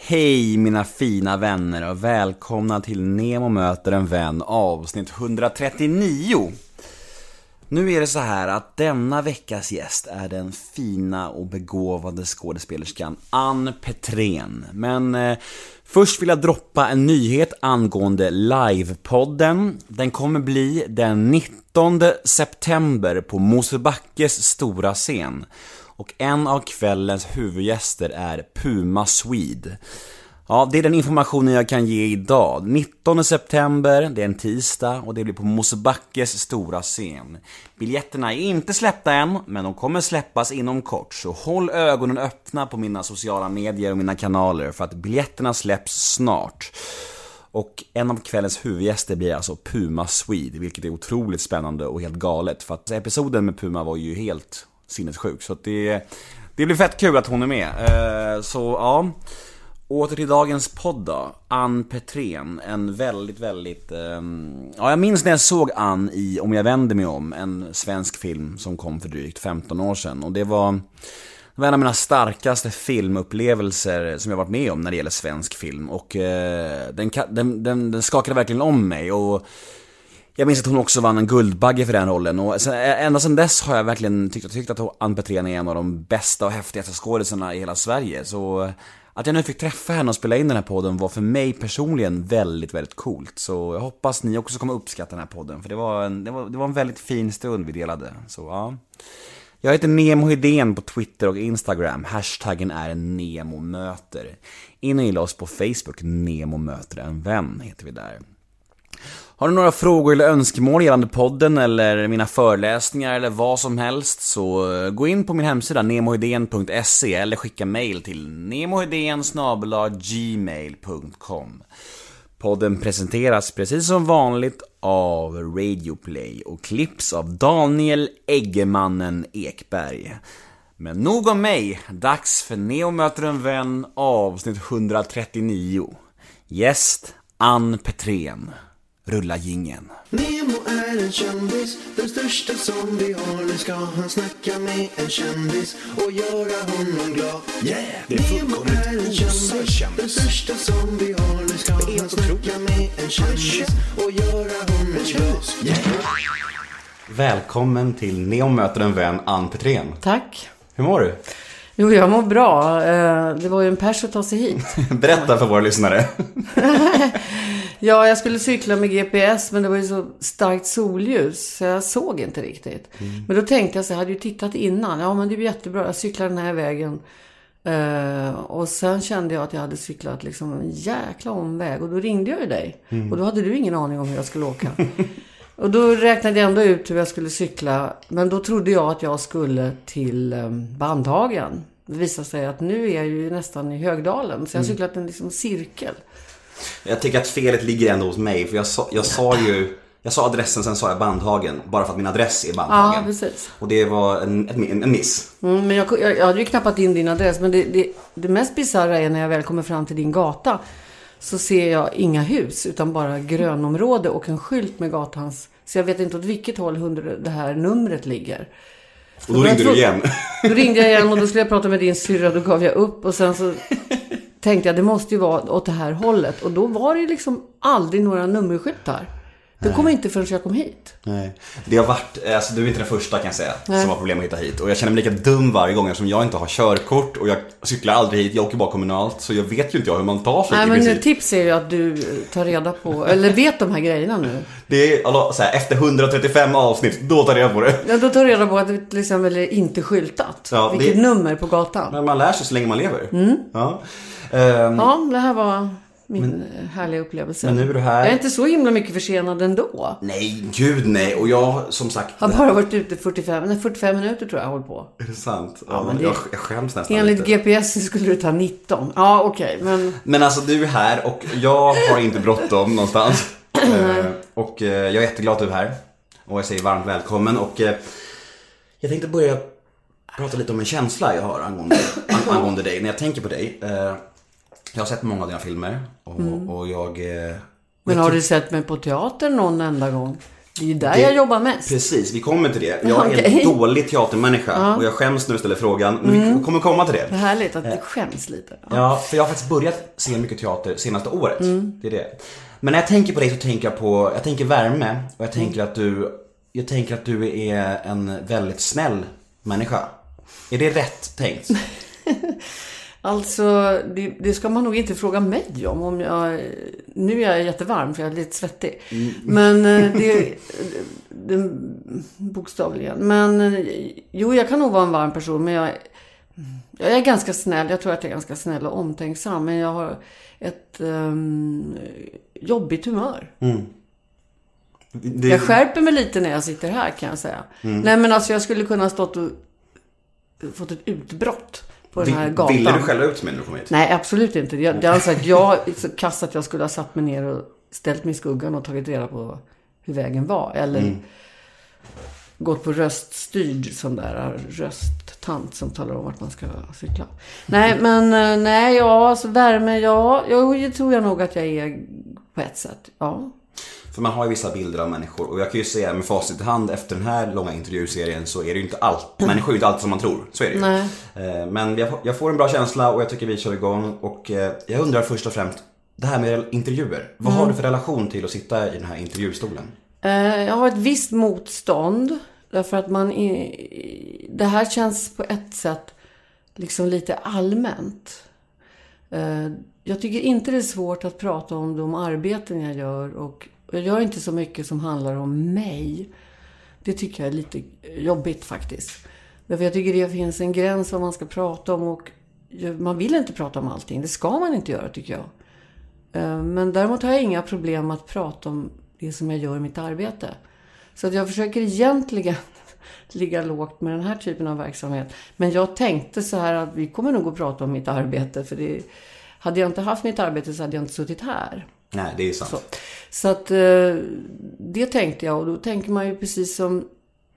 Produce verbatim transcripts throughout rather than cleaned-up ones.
Hej mina fina vänner och välkomna till Nemo möter en vän avsnitt hundratrettionio. Nu är det så här att denna veckas gäst är den fina och begåvade skådespelerskan Ann Petrén. Men eh, först vill jag droppa en nyhet angående livepodden. Den kommer bli den nittonde september på Mosebackes stora scen. Och en av kvällens huvudgäster är Puma Swede. Ja, det är den informationen jag kan ge idag. nittonde september, det är en tisdag och det blir på Mosebackes stora scen. Biljetterna är inte släppta än, men de kommer släppas inom kort. Så håll ögonen öppna på mina sociala medier och mina kanaler för att biljetterna släpps snart. Och en av kvällens huvudgäster blir alltså Puma Swede, vilket är otroligt spännande och helt galet. För att episoden med Puma var ju helt sinnessjuk. Så att det, det blir fett kul att hon är med. Så ja, åter till dagens podd då. Ann Petrén, en väldigt, väldigt ja, jag minns när jag såg Ann i Om jag vänder mig om, en svensk film som kom för drygt femton år sedan. Och det var, det var en av mina starkaste filmupplevelser som jag varit med om när det gäller svensk film. Och eh, den, den, den, den skakade verkligen om mig. Och jag minns att hon också vann en Guldbagge för den rollen. Och sen, ända sedan dess har jag verkligen tyckt, tyckt att Ann Petrén är en av de bästa och häftigaste skådespelarna i hela Sverige. Så att jag nu fick träffa henne och spela in den här podden var för mig personligen väldigt, väldigt coolt. Så jag hoppas ni också kommer uppskatta den här podden. För det var en, det var, det var en väldigt fin stund vi delade. Så ja. Jag heter Nemo Hedén på Twitter och Instagram. Hashtaggen är Nemo möter. In och gilla oss på Facebook. Nemo möter en vän heter vi där. Har du några frågor eller önskemål gällande podden eller mina föreläsningar eller vad som helst, så gå in på min hemsida nemohedén punkt se eller skicka mail till nemohedén snabel-a gmail punkt com. Podden presenteras precis som vanligt av Radioplay och klipps av Daniel Eggemannen Ekberg. Men nog om mig, dags för Nemo möter en vän avsnitt hundratrettionio. Gäst Ann Petrén. Rulla jingeln. Nemo är en kändis, den största som vi har. Nu ska han snacka med en kändis och göra honom glad. Yeah, det är fullkomligt är en kändis, den största som vi har. Nu ska han snacka med en kändis och göra honom glad. Yeah. Välkommen till Nemo möter en vän, Ann Petrén. Tack. Hur mår du? Jo, jag mår bra. Det var ju en pers att ta sig hit. Berätta för våra lyssnare. Ja, jag skulle cykla med G P S, men det var ju så starkt solljus så jag såg inte riktigt. Mm. Men då tänkte jag så jag hade ju tittat innan. Ja, men det är jättebra. Jag cyklar den här vägen. Uh, och sen kände jag att jag hade cyklat liksom en jäkla omväg. Och då ringde jag ju dig. Mm. Och då hade du ingen aning om hur jag skulle åka. Och då räknade jag ändå ut hur jag skulle cykla. Men då trodde jag att jag skulle till um, Bandhagen. Det visade sig att nu är jag ju nästan i Högdalen. Så jag har cyklat en liksom cirkel. Jag tycker att felet ligger ändå hos mig. För jag sa, jag sa ju Jag sa adressen, sen sa jag Bandhagen. Bara för att min adress är Bandhagen. Ja, precis. Och det var en, en, en miss. Mm, men jag, jag, jag hade ju knappat in din adress. Men det, det, det mest bizarra är när jag väl kommer fram till din gata. Så ser jag inga hus utan bara grönområde och en skylt med gatans. Så jag vet inte åt vilket håll det här numret ligger. Och då ringde du igen. Då ringde jag igen och då skulle jag prata med din syrra. Då gav jag upp och sen så tänkte jag det måste ju vara åt det här hållet. Och då var det liksom aldrig några nummerskyltar. Det kom inte förrän jag kom hit. Nej. Det har varit, alltså du är inte den första kan jag säga. Nej. Som har problem att hitta hit. Och jag känner mig lika dum varje gång som jag inte har körkort. Och jag cyklar aldrig hit, jag åker bara kommunalt. Så jag vet ju inte jag hur man tar sig. Nej, men tips är ju att du tar reda på, eller vet de här grejerna nu. Det är, alltså, så här, efter hundratrettiofem avsnitt, då tar jag reda på det. Ja, då tar jag reda på att det till exempel är inte skyltat. Ja, vilket det... nummer på gatan. Men man lär sig så länge man lever. Mm. Ja. Um... ja, det här var... min men, härliga upplevelse. Men nu är du här. Jag är inte så himla mycket försenad ändå. Nej, gud nej. Och jag, som sagt... har bara varit ute fyrtiofem, nej, fyrtiofem minuter tror jag jag håller på. Är det sant? Ja, ja, men det, jag, jag skäms nästan enligt lite. G P S skulle du ta nitton. Ja, okej. Okay, men... men alltså, du är här och jag har inte bråttom någonstans. uh, och uh, jag är jätteglad att du är här. Och jag säger varmt välkommen. Och uh, jag tänkte börja prata lite om en känsla jag har angående, ang- angående dig. När jag tänker på dig... Uh, jag har sett många av dina filmer och, mm. och jag... Eh, men har du sett mig på teater någon enda gång? Det är ju där det, jag jobbar mest. Precis, vi kommer till det. Jag är okay. en dålig teatermänniska ja. och jag skäms när du ställer frågan. Men mm. vi kommer komma till det. Det är härligt att du skäms lite. Ja. ja, för jag har faktiskt börjat se mycket teater senaste året. Mm. Det är det. Men när jag tänker på dig så tänker jag på, jag tänker värme och jag tänker mm. att du, jag tänker att du är en väldigt snäll människa. Är det rätt tänkt? Alltså, det, det ska man nog inte fråga mig om. om jag, nu är jag jättevarm för jag är lite svettig. Mm. Men det, det bokstavligen. Men jo, jag kan nog vara en varm person. Men jag, jag är ganska snäll. Jag tror att jag är ganska snäll och omtänksam. Men jag har ett um, jobbigt humör. Mm. Det... Jag skärper mig lite när jag sitter här, kan jag säga. Mm. Nej, men alltså jag skulle kunna ha stått och fått ett utbrott på den här gatan. Ville du skälla ut mig när du kom hit? Nej, absolut inte. Jag, det är alltså att jag så kast att jag skulle ha satt mig ner och ställt mig i skuggan och tagit reda på hur vägen var. Eller mm. gått på röststyrd sån där rösttant som talar om vart man ska cykla. Nej, men nej, ja, så värme, ja. Jo, det tror jag nog att jag är på ett sätt, ja. För man har ju vissa bilder av människor. Och jag kan ju säga med facit i hand efter den här långa intervjuserien så är det ju inte allt. Människor är ju inte allt som man tror. Så är det ju. Nej. Men jag får en bra känsla och jag tycker vi kör igång. Och jag undrar först och främst, det här med intervjuer. Vad mm. har du för relation till att sitta i den här intervjustolen? Jag har ett visst motstånd. Därför att man är, det här känns på ett sätt liksom lite allmänt. Jag tycker inte det är svårt att prata om de arbeten jag gör och jag gör inte så mycket som handlar om mig. Det tycker jag är lite jobbigt faktiskt. Därför jag tycker det finns en gräns vad man ska prata om och man vill inte prata om allting. Det ska man inte göra, tycker jag. Men däremot har jag inga problem att prata om det som jag gör i mitt arbete. Så att jag försöker egentligen ligga lågt med den här typen av verksamhet. Men jag tänkte så här att vi kommer nog att prata om mitt arbete. För det, hade jag inte haft mitt arbete så hade jag inte suttit här. Nej, det är sant. Så, så att det tänkte jag. Och då tänker man ju precis som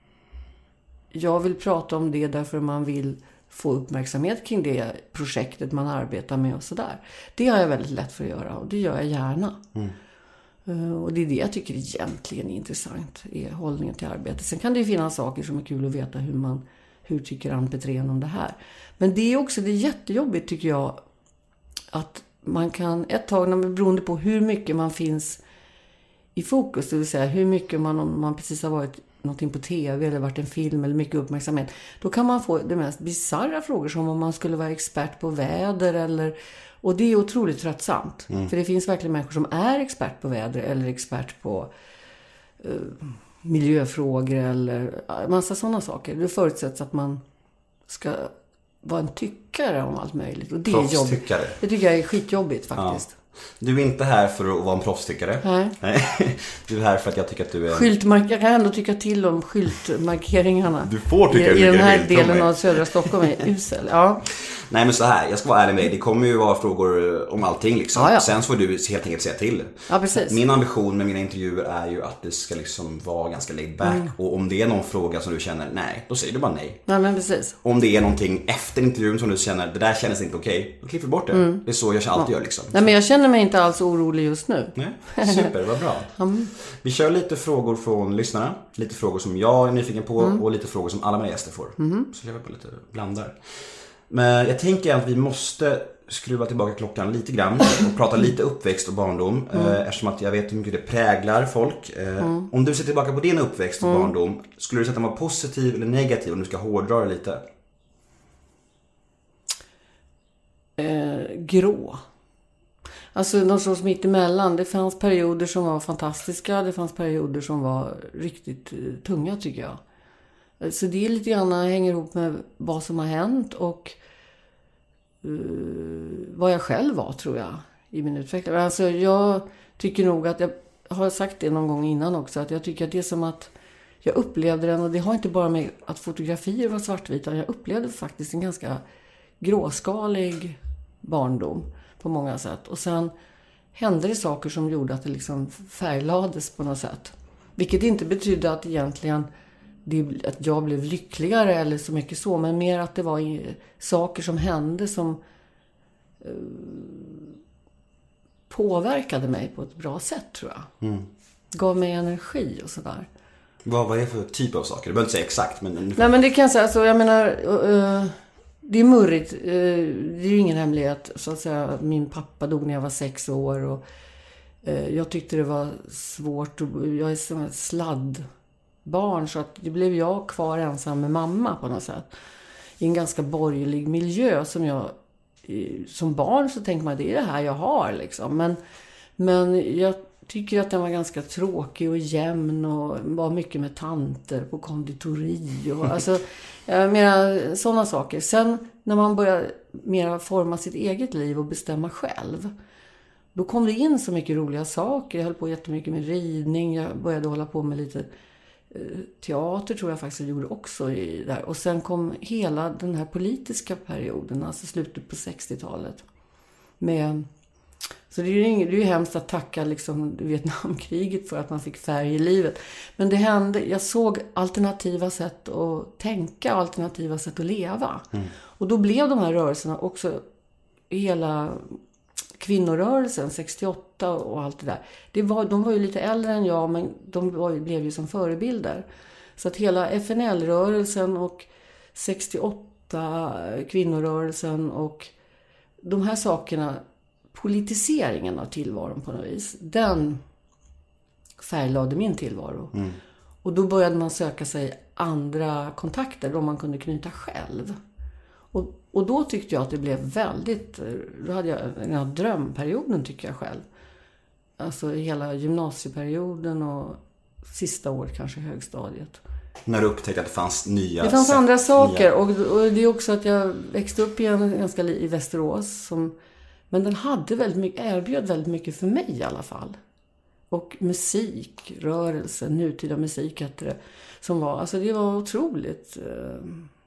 jag vill prata om det därför man vill få uppmärksamhet kring det projektet man arbetar med och sådär. Det har jag väldigt lätt för att göra och det gör jag gärna. Mm. Och det är det jag tycker egentligen är intressant, är hållningen till arbetet. Sen kan det ju finnas saker som är kul att veta hur man, hur tycker Ann Petrén om det här. Men det är också, det är jättejobbigt tycker jag, att man kan ett tag, när man, beroende på hur mycket man finns i fokus, det vill säga hur mycket man, om man precis har varit någonting på tv eller varit en film eller mycket uppmärksamhet, då kan man få de mest bizarra frågor som om man skulle vara expert på väder eller, och det är otroligt tröttsamt. Mm. För det finns verkligen människor som är expert på väder eller expert på uh, miljöfrågor eller massa sådana saker. Det förutsätts att man ska vara en tyckare om allt möjligt. Och det är jobbigt. Det tycker jag är skitjobbigt faktiskt. Ja. Du är inte här för att vara en proffstyckare. Nej. Nej. Du är här för att jag tycker att du är... Skyltmark- jag kan ändå tycka till om skyltmarkeringarna. Du får tycka I, i den här delen av södra Stockholm är usel. Ja. Nej, men så här, jag ska vara ärlig med dig. Det kommer ju vara frågor om allting liksom. Ja, ja. Sen får du helt enkelt säga till. Ja, precis. Min ambition med mina intervjuer är ju att det ska liksom vara ganska laid back. Mm. Och om det är någon fråga som du känner nej, då säger du bara nej. Ja, men precis. Om det är någonting efter intervjun som du känner det där känns inte okej, då klipper du bort det. Mm. Det är så jag alltid ja. gör liksom. Nej, men jag känner mig inte alls orolig just nu. Nej, super, vad bra. Mm. Vi kör lite frågor från lyssnarna. Lite frågor som jag är nyfiken på mm. och lite frågor som alla mina gäster får. Mm. Så jag vill på lite blandar. Men jag tänker att vi måste skruva tillbaka klockan lite grann och prata lite uppväxt och barndom. Mm. Eftersom att jag vet hur mycket det präglar folk. Mm. Om du ser tillbaka på din uppväxt och mm. barndom, skulle du säga att den var positiv eller negativ om du ska hårdra det lite? Eh, grå. Alltså något sorts mitt emellan. Det fanns perioder som var fantastiska. Det fanns perioder som var riktigt uh, tunga tycker jag. Så det är lite grann hänger ihop med vad som har hänt och uh, vad jag själv var tror jag i min utveckling. Alltså jag tycker nog att jag har sagt det någon gång innan också. Att jag tycker att det är som att jag upplevde den, och det har inte bara med att fotografier var svartvita. Jag upplevde faktiskt en ganska gråskalig barndom på många sätt. Och sen hände det saker som gjorde att det liksom färglades på något sätt. Vilket inte betydde att egentligen det, att jag blev lyckligare eller så mycket så. Men mer att det var i, saker som hände som eh, påverkade mig på ett bra sätt tror jag. Mm. gav mig energi och sådär. Vad, vad är det för typ av saker? Du behöver inte säga exakt. Men... Nej, men det kan jag säga. Alltså, jag menar, uh, det är murrigt. Uh, det är ju ingen hemlighet. Så att säga, min pappa dog när jag var sex år. Och uh, jag tyckte det var svårt. Och jag är som ett sladdbarn. Så att det blev jag kvar ensam med mamma på något sätt. I en ganska borgerlig miljö som jag... Som barn så tänker man, det är det här jag har liksom. Men, men jag tycker att den var ganska tråkig och jämn och var mycket med tanter på konditori och alltså mera sådana saker. Sen när man börjar mera forma sitt eget liv och bestämma själv, då kom det in så mycket roliga saker. Jag höll på jättemycket med ridning, jag började hålla på med lite teater tror jag faktiskt jag gjorde också i där. Och sen kom hela den här politiska perioden, alltså slutet på sextiotalet. Med, så det är ju, det är ju hemskt att tacka liksom Vietnamkriget för att man fick färg i livet. Men det hände, jag såg alternativa sätt att tänka, alternativa sätt att leva. Mm. Och då blev de här rörelserna också hela... kvinnorörelsen sextioåtta och allt det där. Det var, de var ju lite äldre än jag, men de var, blev ju som förebilder. Så att hela F N L-rörelsen och sextioåtta kvinnorörelsen och de här sakerna, politiseringen av tillvaron på något vis, den färglade min tillvaro. Mm. Och då började man söka sig andra kontakter då man kunde knyta själv. Och, och då tyckte jag att det blev väldigt... Då hade jag den här drömperioden tycker jag själv. Alltså hela gymnasieperioden och sista året kanske högstadiet. När du upptäckte att det fanns nya... Det fanns sätt, andra saker. Nya... Och, och det är också att jag växte upp i, en, ganska li, i Västerås. Som, men den hade väldigt mycket, erbjöd väldigt mycket för mig i alla fall. Och musik, rörelse, nutida musik heter det. Som var, alltså det var otroligt... Eh,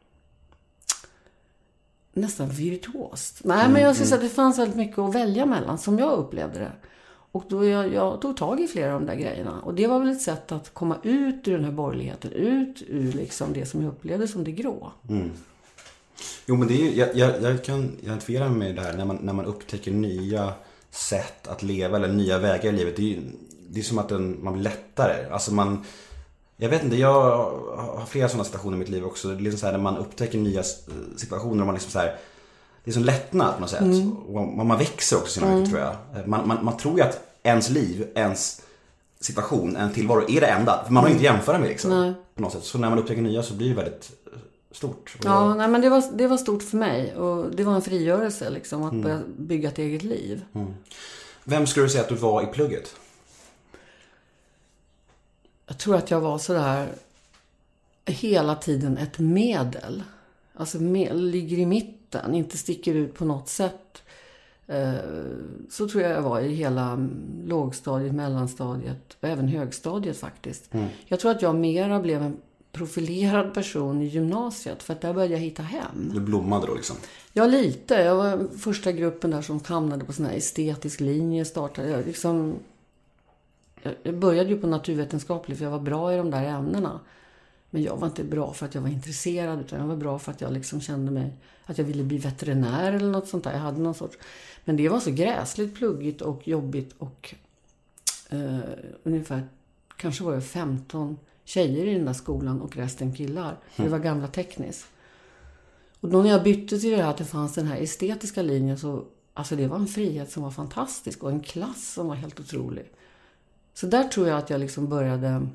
nästan virtuost. Nej, mm, men jag skulle säga att det fanns väldigt mycket att välja mellan som jag upplevde det. Och då jag, jag tog tag i flera av de där grejerna. Och det var väl ett sätt att komma ut ur den här borgerligheten. Ut ur liksom det som jag upplevde som det grå. Mm. Jo, men det är ju, jag, jag, jag kan identifiera med det här när man, när man upptäcker nya sätt att leva eller nya vägar i livet. Det är, det är som att den, man blir lättare. Alltså man... Jag vet inte, jag har flera sådana situationer i mitt liv också. Det är liksom så här när man upptäcker nya situationer och man liksom så här, det är som lättnad på något sätt. Mm. Och man växer också så mycket mm. tror jag. Man, man, man tror ju att ens liv, ens situation, en tillvaro är det enda. För man har ju inte jämföra med liksom. Nej. På något sätt. Så när man upptäcker nya så blir det väldigt stort. Och ja, nej, men det var, det var stort för mig. Och det var en frigörelse liksom, att mm. börja bygga ett eget liv. Mm. Vem skulle du säga att du var i plugget? Jag tror att jag var så där hela tiden ett medel. Alltså med, ligger i mitten, inte sticker ut på något sätt. Eh, så tror jag jag var i hela lågstadiet, mellanstadiet och även högstadiet faktiskt. Mm. Jag tror att jag mera blev en profilerad person i gymnasiet för att där började jag hitta hem. Du blommade då liksom? Ja, lite. Jag var första gruppen där som hamnade på sån här estetisk linje. Startade jag liksom... Jag började ju på naturvetenskaplig för jag var bra i de där ämnena. Men jag var inte bra för att jag var intresserad utan jag var bra för att jag liksom kände mig att jag ville bli veterinär eller något sånt där. Jag hade någon sorts... Men det var så gräsligt, pluggigt och jobbigt och eh, ungefär, kanske var jag femton tjejer i den där skolan och resten killar. Det var gamla tekniskt. Och då när jag bytte till det här att det fanns den här estetiska linjen så, alltså det var en frihet som var fantastisk och en klass som var helt otrolig. Så där tror jag att jag liksom började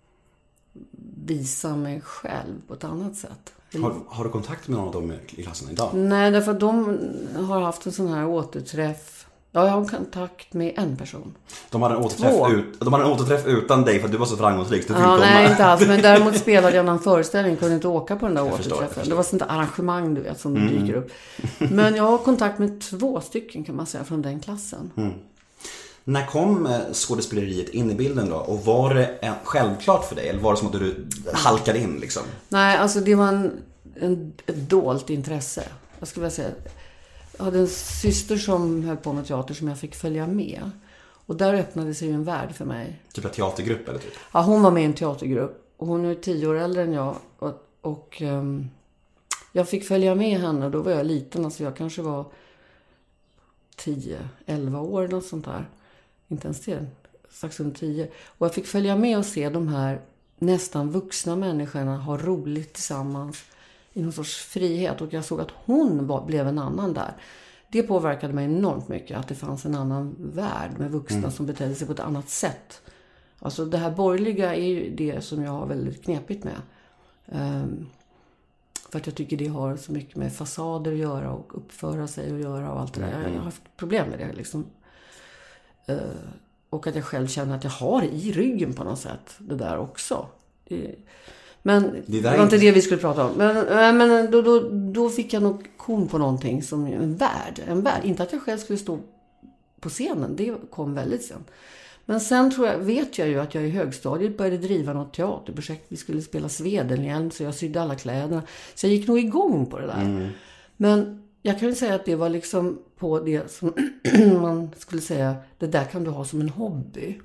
visa mig själv på ett annat sätt. Har, har du kontakt med någon av dem i klassen idag? Nej, därför att de har haft en sån här återträff. Ja, jag har kontakt med en person. De hade en återträff, ut, de hade en återträff utan dig för att du var så framgångsrik. Ja, nej, inte alls. Men däremot spelade jag någon föreställning. Kunde inte åka på den där jag återträffen. Förstår, det var sånt där arrangemang, du vet, som mm. dyker upp. Men jag har kontakt med två stycken kan man säga från den klassen. Mm. När kom skådespeleriet in i bilden då? Och var det en, självklart för dig? Eller var det som att du halkade in liksom? Nej, alltså det var en, en, ett dolt intresse. Jag skulle vilja säga. Jag hade en syster som höll på med teater som jag fick följa med. Och där öppnade sig en värld för mig. Typ en teatergrupp eller typ? Ja, hon var med i en teatergrupp. Och hon är tio år äldre än jag. Och, och um, jag fick följa med henne. Då var jag liten. Alltså jag kanske var tio, elva år eller något sånt där. Inte ens det. strax under tio. Och jag fick följa med och se de här nästan vuxna människorna ha roligt tillsammans i någon sorts frihet. Och jag såg att hon var, blev en annan där. Det påverkade mig enormt mycket, att det fanns en annan värld med vuxna mm. som betedde sig på ett annat sätt. Alltså det här borgerliga är ju det som jag har väldigt knepigt med. Um, för att jag tycker det har så mycket med fasader att göra och uppföra sig och göra och allt det där. Jag, jag har haft problem med det liksom. Uh, och att jag själv känner att jag har i ryggen på något sätt det där också. Det, men det, det var inte det vi skulle prata om. Men, men då, då, då fick jag nog kon på någonting som en värld. En värld. Inte att jag själv skulle stå på scenen. Det kom väldigt sen. Men sen tror jag, vet jag ju att jag i högstadiet började driva något teaterprojekt. Vi skulle spela Svedenhjälm, så jag sydde alla kläderna. Så jag gick nog igång på det där. Mm. Men jag kan ju säga att det var liksom på det som man skulle säga, det där kan du ha som en hobby.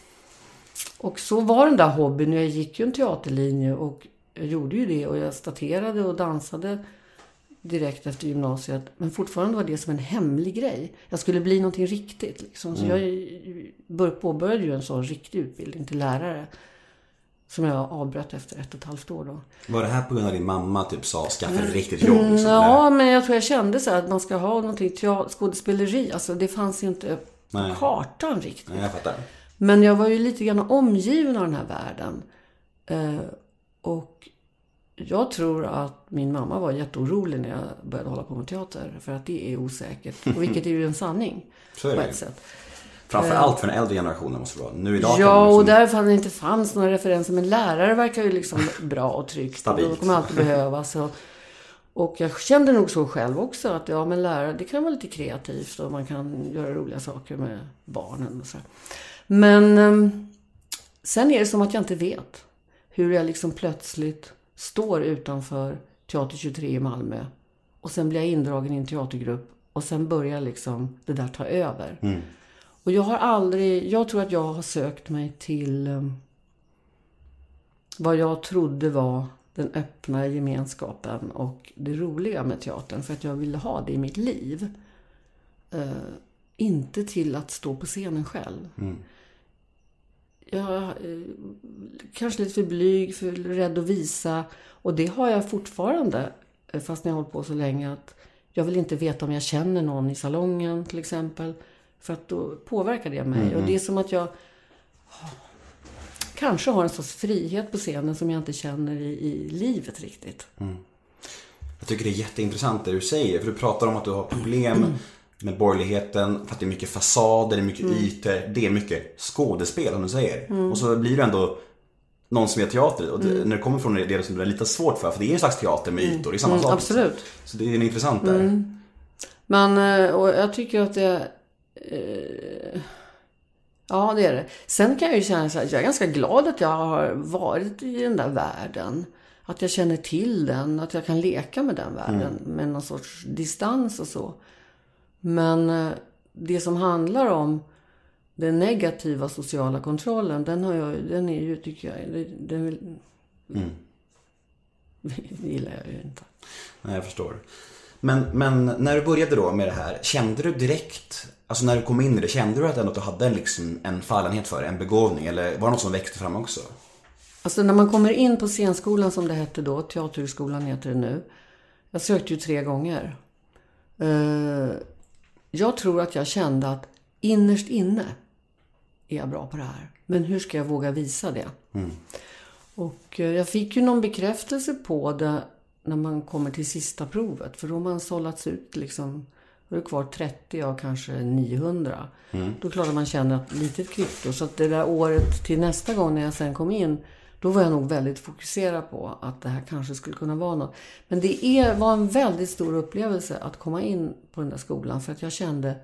Och så var den där hobbyn. Jag gick ju en teaterlinje och jag gjorde ju det. Och jag staterade och dansade direkt efter gymnasiet. Men fortfarande var det som en hemlig grej. Jag skulle bli någonting riktigt. Liksom. Så mm. jag påbörjade ju en sån riktig utbildning till lärare. Som jag avbröt efter ett och ett halvt år då. Var det här på grund av din mamma typ sa skaffa ett riktigt jobb? Liksom, ja, men jag tror jag kände så här att man ska ha någonting teater, skådespeleri. Alltså det fanns ju inte på Nej. kartan riktigt. Nej, jag fattar. Men jag var ju lite grann omgiven av den här världen. Eh, och jag tror att min mamma var jätteorolig när jag började hålla på med teater. För att det är osäkert. Och vilket är ju en sanning. Så är det. På ett sätt. Framförallt för den äldre generationen måste det vara. Nu idag ja, liksom... och därför att det inte fanns några referenser. Men lärare verkar ju liksom bra och tryggt. Stabilt. Och de kommer alltid behövas. Och, och jag kände nog så själv också. Att ja, men lärare, det kan vara lite kreativt. Och man kan göra roliga saker med barnen och så. Men um, sen är det som att jag inte vet. Hur jag liksom plötsligt står utanför Teater tjugotre i Malmö. Och sen blir jag indragen i en teatergrupp. Och sen börjar liksom det där ta över. Mm. Och jag har aldrig, jag tror att jag har sökt mig till um, vad jag trodde var den öppna gemenskapen och det roliga med teatern. För att jag ville ha det i mitt liv. Uh, inte till att stå på scenen själv. Mm. Jag är kanske lite för blyg, för rädd att visa. Och det har jag fortfarande, fast när jag har hållit på så länge, att jag vill inte veta om jag känner någon i salongen till exempel. För att då påverkar det mig. Mm. Och det är som att jag kanske har en sorts frihet på scenen som jag inte känner i, i livet riktigt. Mm. Jag tycker det är jätteintressant det du säger. För du pratar om att du har problem mm. med borgerligheten. För att det är mycket fasader, det är mycket mm. ytor. Det är mycket skådespel som du säger. Mm. Och så blir det ändå någon som är teater. Och det, mm. när det kommer från det som det är lite svårt för. För det är en slags teater med ytor. Det är samma mm, sak. Absolut. Så det är intressant där. Mm. Men och jag tycker att det... Uh, ja, det är det. Sen kan jag ju känna så att jag är ganska glad att jag har varit i den där världen. Att jag känner till den. Att jag kan leka med den världen. Mm. Med någon sorts distans och så. Men uh, det som handlar om den negativa sociala kontrollen, den, har jag, den är ju, tycker jag, den vill, mm. gillar jag ju inte. Nej, jag förstår. Men, men när du började då med det här, kände du direkt, alltså när du kom in i det, kände du att, ändå att du hade liksom en fallenhet för det, en begåvning, eller var det något som växte fram också? Alltså när man kommer in på scenskolan som det hette då, Teaterhögskolan heter det nu, jag sökte ju tre gånger. Uh, jag tror att jag kände att innerst inne är jag bra på det här. Men hur ska jag våga visa det? Mm. Och uh, jag fick ju någon bekräftelse på det när man kommer till sista provet. För då har man sållats ut liksom, då är det kvar trettio av kanske niohundra. Mm. Då klarar man känna ett litet kvitto. Så att det där året till nästa gång när jag sen kom in, då var jag nog väldigt fokuserad på att det här kanske skulle kunna vara något. Men det är, var en väldigt stor upplevelse att komma in på den där skolan. För att jag kände,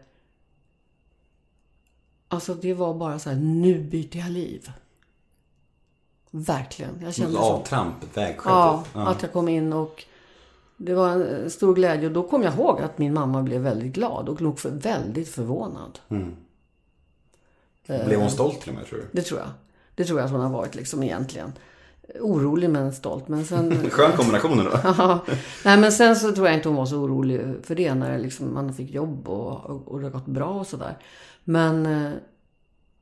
alltså det var bara så här, nu byter jag liv. Verkligen. Jag kände så. Avtramp, vägskäl. Ja, ja, att jag kom in och det var en stor glädje. Och då kom jag ihåg att min mamma blev väldigt glad och nog för, väldigt förvånad. Mm. Blev hon stolt till och med, tror du? Det tror jag. Det tror jag att hon har varit liksom egentligen. Orolig men stolt. Men sen... Skön kombination då. Ja. Nej, men sen så tror jag inte hon var så orolig för det när liksom man fick jobb och, och, och det har gått bra och sådär. Men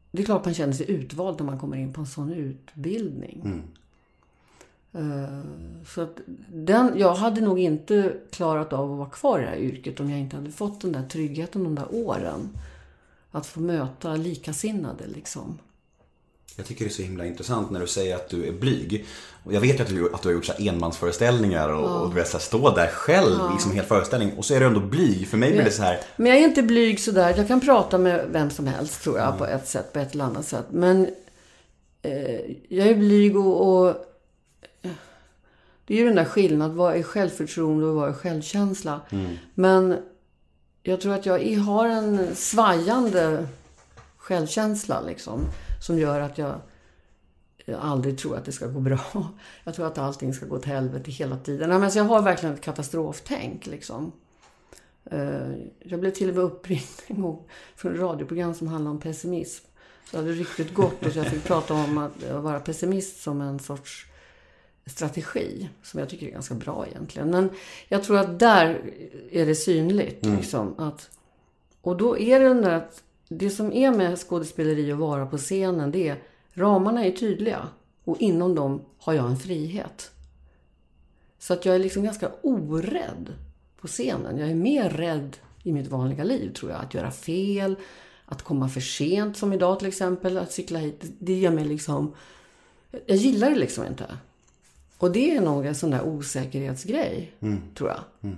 det är klart man känner sig utvald när man kommer in på en sån utbildning. Mm. Uh, så att den, jag hade nog inte klarat av att vara kvar i det här yrket om jag inte hade fått den där tryggheten de där åren. Att få möta likasinnade liksom. Jag tycker det är så himla intressant när du säger att du är blyg. Och jag vet ju att du, att du har gjort så här enmansföreställningar och, ja. och du vet, så här, stå där själv ja. liksom hel föreställning. Och så är du ändå blyg. För mig blir det så här. Men jag är inte blyg sådär. Jag kan prata med vem som helst tror jag mm. på ett sätt, på ett eller annat sätt. Men eh, jag är blyg och, och det är ju den där skillnaden. Vad är självförtroende och vad är självkänsla? Mm. Men jag tror att jag har en svajande självkänsla liksom. Som gör att jag, jag aldrig tror att det ska gå bra. Jag tror att allting ska gå åt helvete hela tiden. Nej, men jag har verkligen ett katastroftänk liksom. Jag blev till och med uppringd en gång från ett radioprogram som handlar om pessimism. Så det hade riktigt gott och jag fick prata om att vara pessimist som en sorts strategi. Som jag tycker är ganska bra egentligen. Men jag tror att där är det synligt. Mm. Liksom, att, och då är det den där att det som är med skådespeleri och vara på scenen, det är ramarna är tydliga och inom dem har jag en frihet. Så att jag är liksom ganska orädd på scenen. Jag är mer rädd i mitt vanliga liv tror jag. Att göra fel, att komma för sent som idag till exempel, att cykla hit. Det ger mig liksom, jag gillar det liksom inte. Och det är nog en sån där osäkerhetsgrej mm. tror jag. Mm.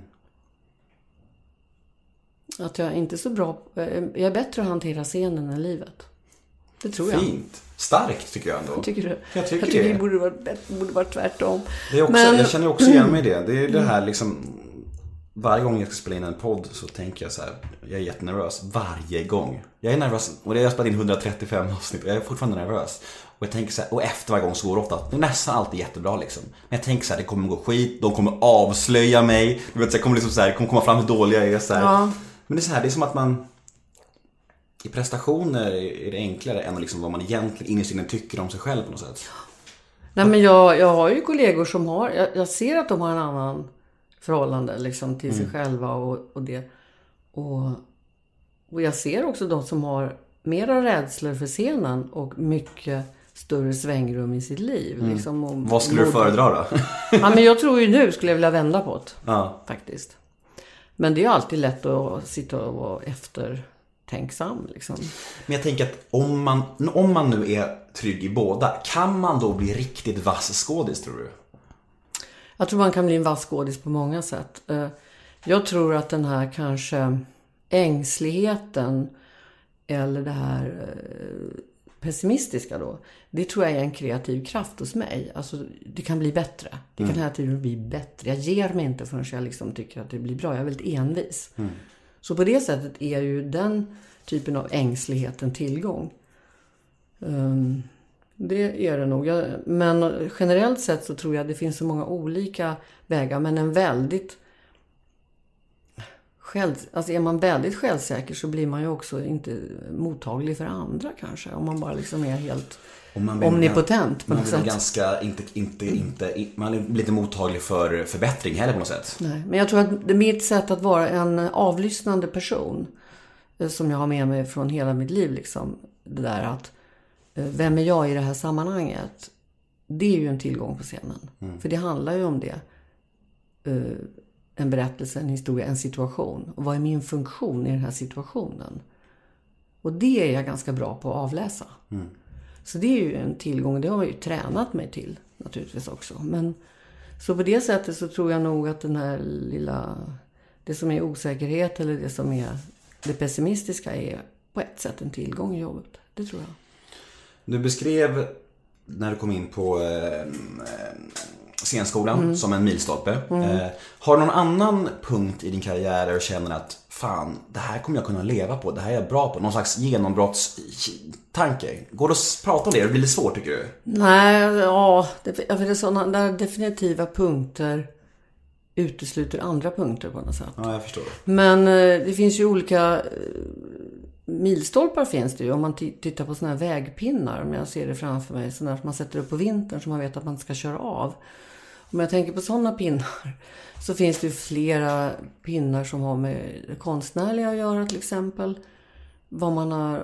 Att jag är inte så bra, jag är bättre att hantera scenen än livet. Det tror jag. Fint. Starkt tycker jag ändå. Tycker du? Jag tycker, jag tycker det. det borde vara, borde vara tvärtom. Det är också, Men, jag känner också igen mig i det. Det är det här liksom, varje gång jag ska spela in en podd så tänker jag så här, jag är jättenervös varje gång. Jag är nervös, och jag har spelat in hundratrettiofem avsnitt och jag är fortfarande nervös. Och jag tänker så här, och efter varje gång så går det ofta, det är nästan alltid jättebra liksom. Men jag tänker så här, det kommer gå skit, de kommer avslöja mig. Du vet, så jag kommer liksom så här, det kommer komma fram hur dålig jag är så här. Ja. Men det är så här, det är som att man i prestationer är det enklare än liksom vad man egentligen innerst inne tycker om sig själv på något sätt. Nej, men jag, jag har ju kollegor som har, jag, jag ser att de har en annan förhållande liksom till mm. sig själva och, och det. Och, och jag ser också de som har mera rädslor för scenen och mycket större svängrum i sitt liv. Mm. Liksom, och, vad skulle du föredra då? Ja, men jag tror ju nu skulle jag vilja vända på det. Ja. Faktiskt. Men det är ju alltid lätt att sitta och vara eftertänksam liksom. Men jag tänker att om man, om man nu är trygg i båda, kan man då bli riktigt vass skådis, tror du? Jag tror man kan bli en vass skådis på många sätt. Jag tror att den här kanske ängsligheten eller det här pessimistiska då, det tror jag är en kreativ kraft hos mig. Alltså det kan bli bättre. Det kan mm. hela tiden bli bättre. Jag ger mig inte förrän jag liksom tycker att det blir bra. Jag är väldigt envis. Mm. Så på det sättet är ju den typen av ängslighet en tillgång. Um, det är det nog. Jag, men generellt sett så tror jag att det finns så många olika vägar. Men en väldigt själv, alltså är man väldigt självsäker så blir man ju också inte mottaglig för andra kanske. Om man bara liksom är helt man omnipotent på något sätt. Man blir ganska, inte, inte, inte, man blir lite mottaglig för förbättring heller på något sätt. Nej, men jag tror att det är mitt sätt att vara en avlyssnande person som jag har med mig från hela mitt liv liksom. Det där att vem är jag i det här sammanhanget? Det är ju en tillgång på scenen. Mm. För det handlar ju om det. En berättelse, en historia, en situation. Och vad är min funktion i den här situationen? Och det är jag ganska bra på att avläsa. Mm. Så det är ju en tillgång. Det har jag ju tränat mig till naturligtvis också. Men så på det sättet så tror jag nog att den här lilla, det som är osäkerhet eller det som är det pessimistiska är på ett sätt en tillgång i jobbet. Det tror jag. Du beskrev när du kom in på eh, scenskolan mm. som en milstolpe. Mm. Eh, har du någon annan punkt i din karriär där du känner att fan, det här kommer jag kunna leva på, det här är jag bra på? Någon slags genombrottstanke. Går det att prata om det? Det blir lite svårt, tycker du? Nej, ja. Det, det är sådana där definitiva punkter utesluter andra punkter på något sätt. Ja, jag förstår. Men eh, det finns ju olika eh, milstolpar finns det ju. Om man t- tittar på såna här vägpinnar, om jag ser det framför mig, sådana som man sätter upp på vintern så man vet att man ska köra av. Om jag tänker på sådana pinnar så finns det ju flera pinnar som har med det konstnärliga att göra till exempel. Vad man har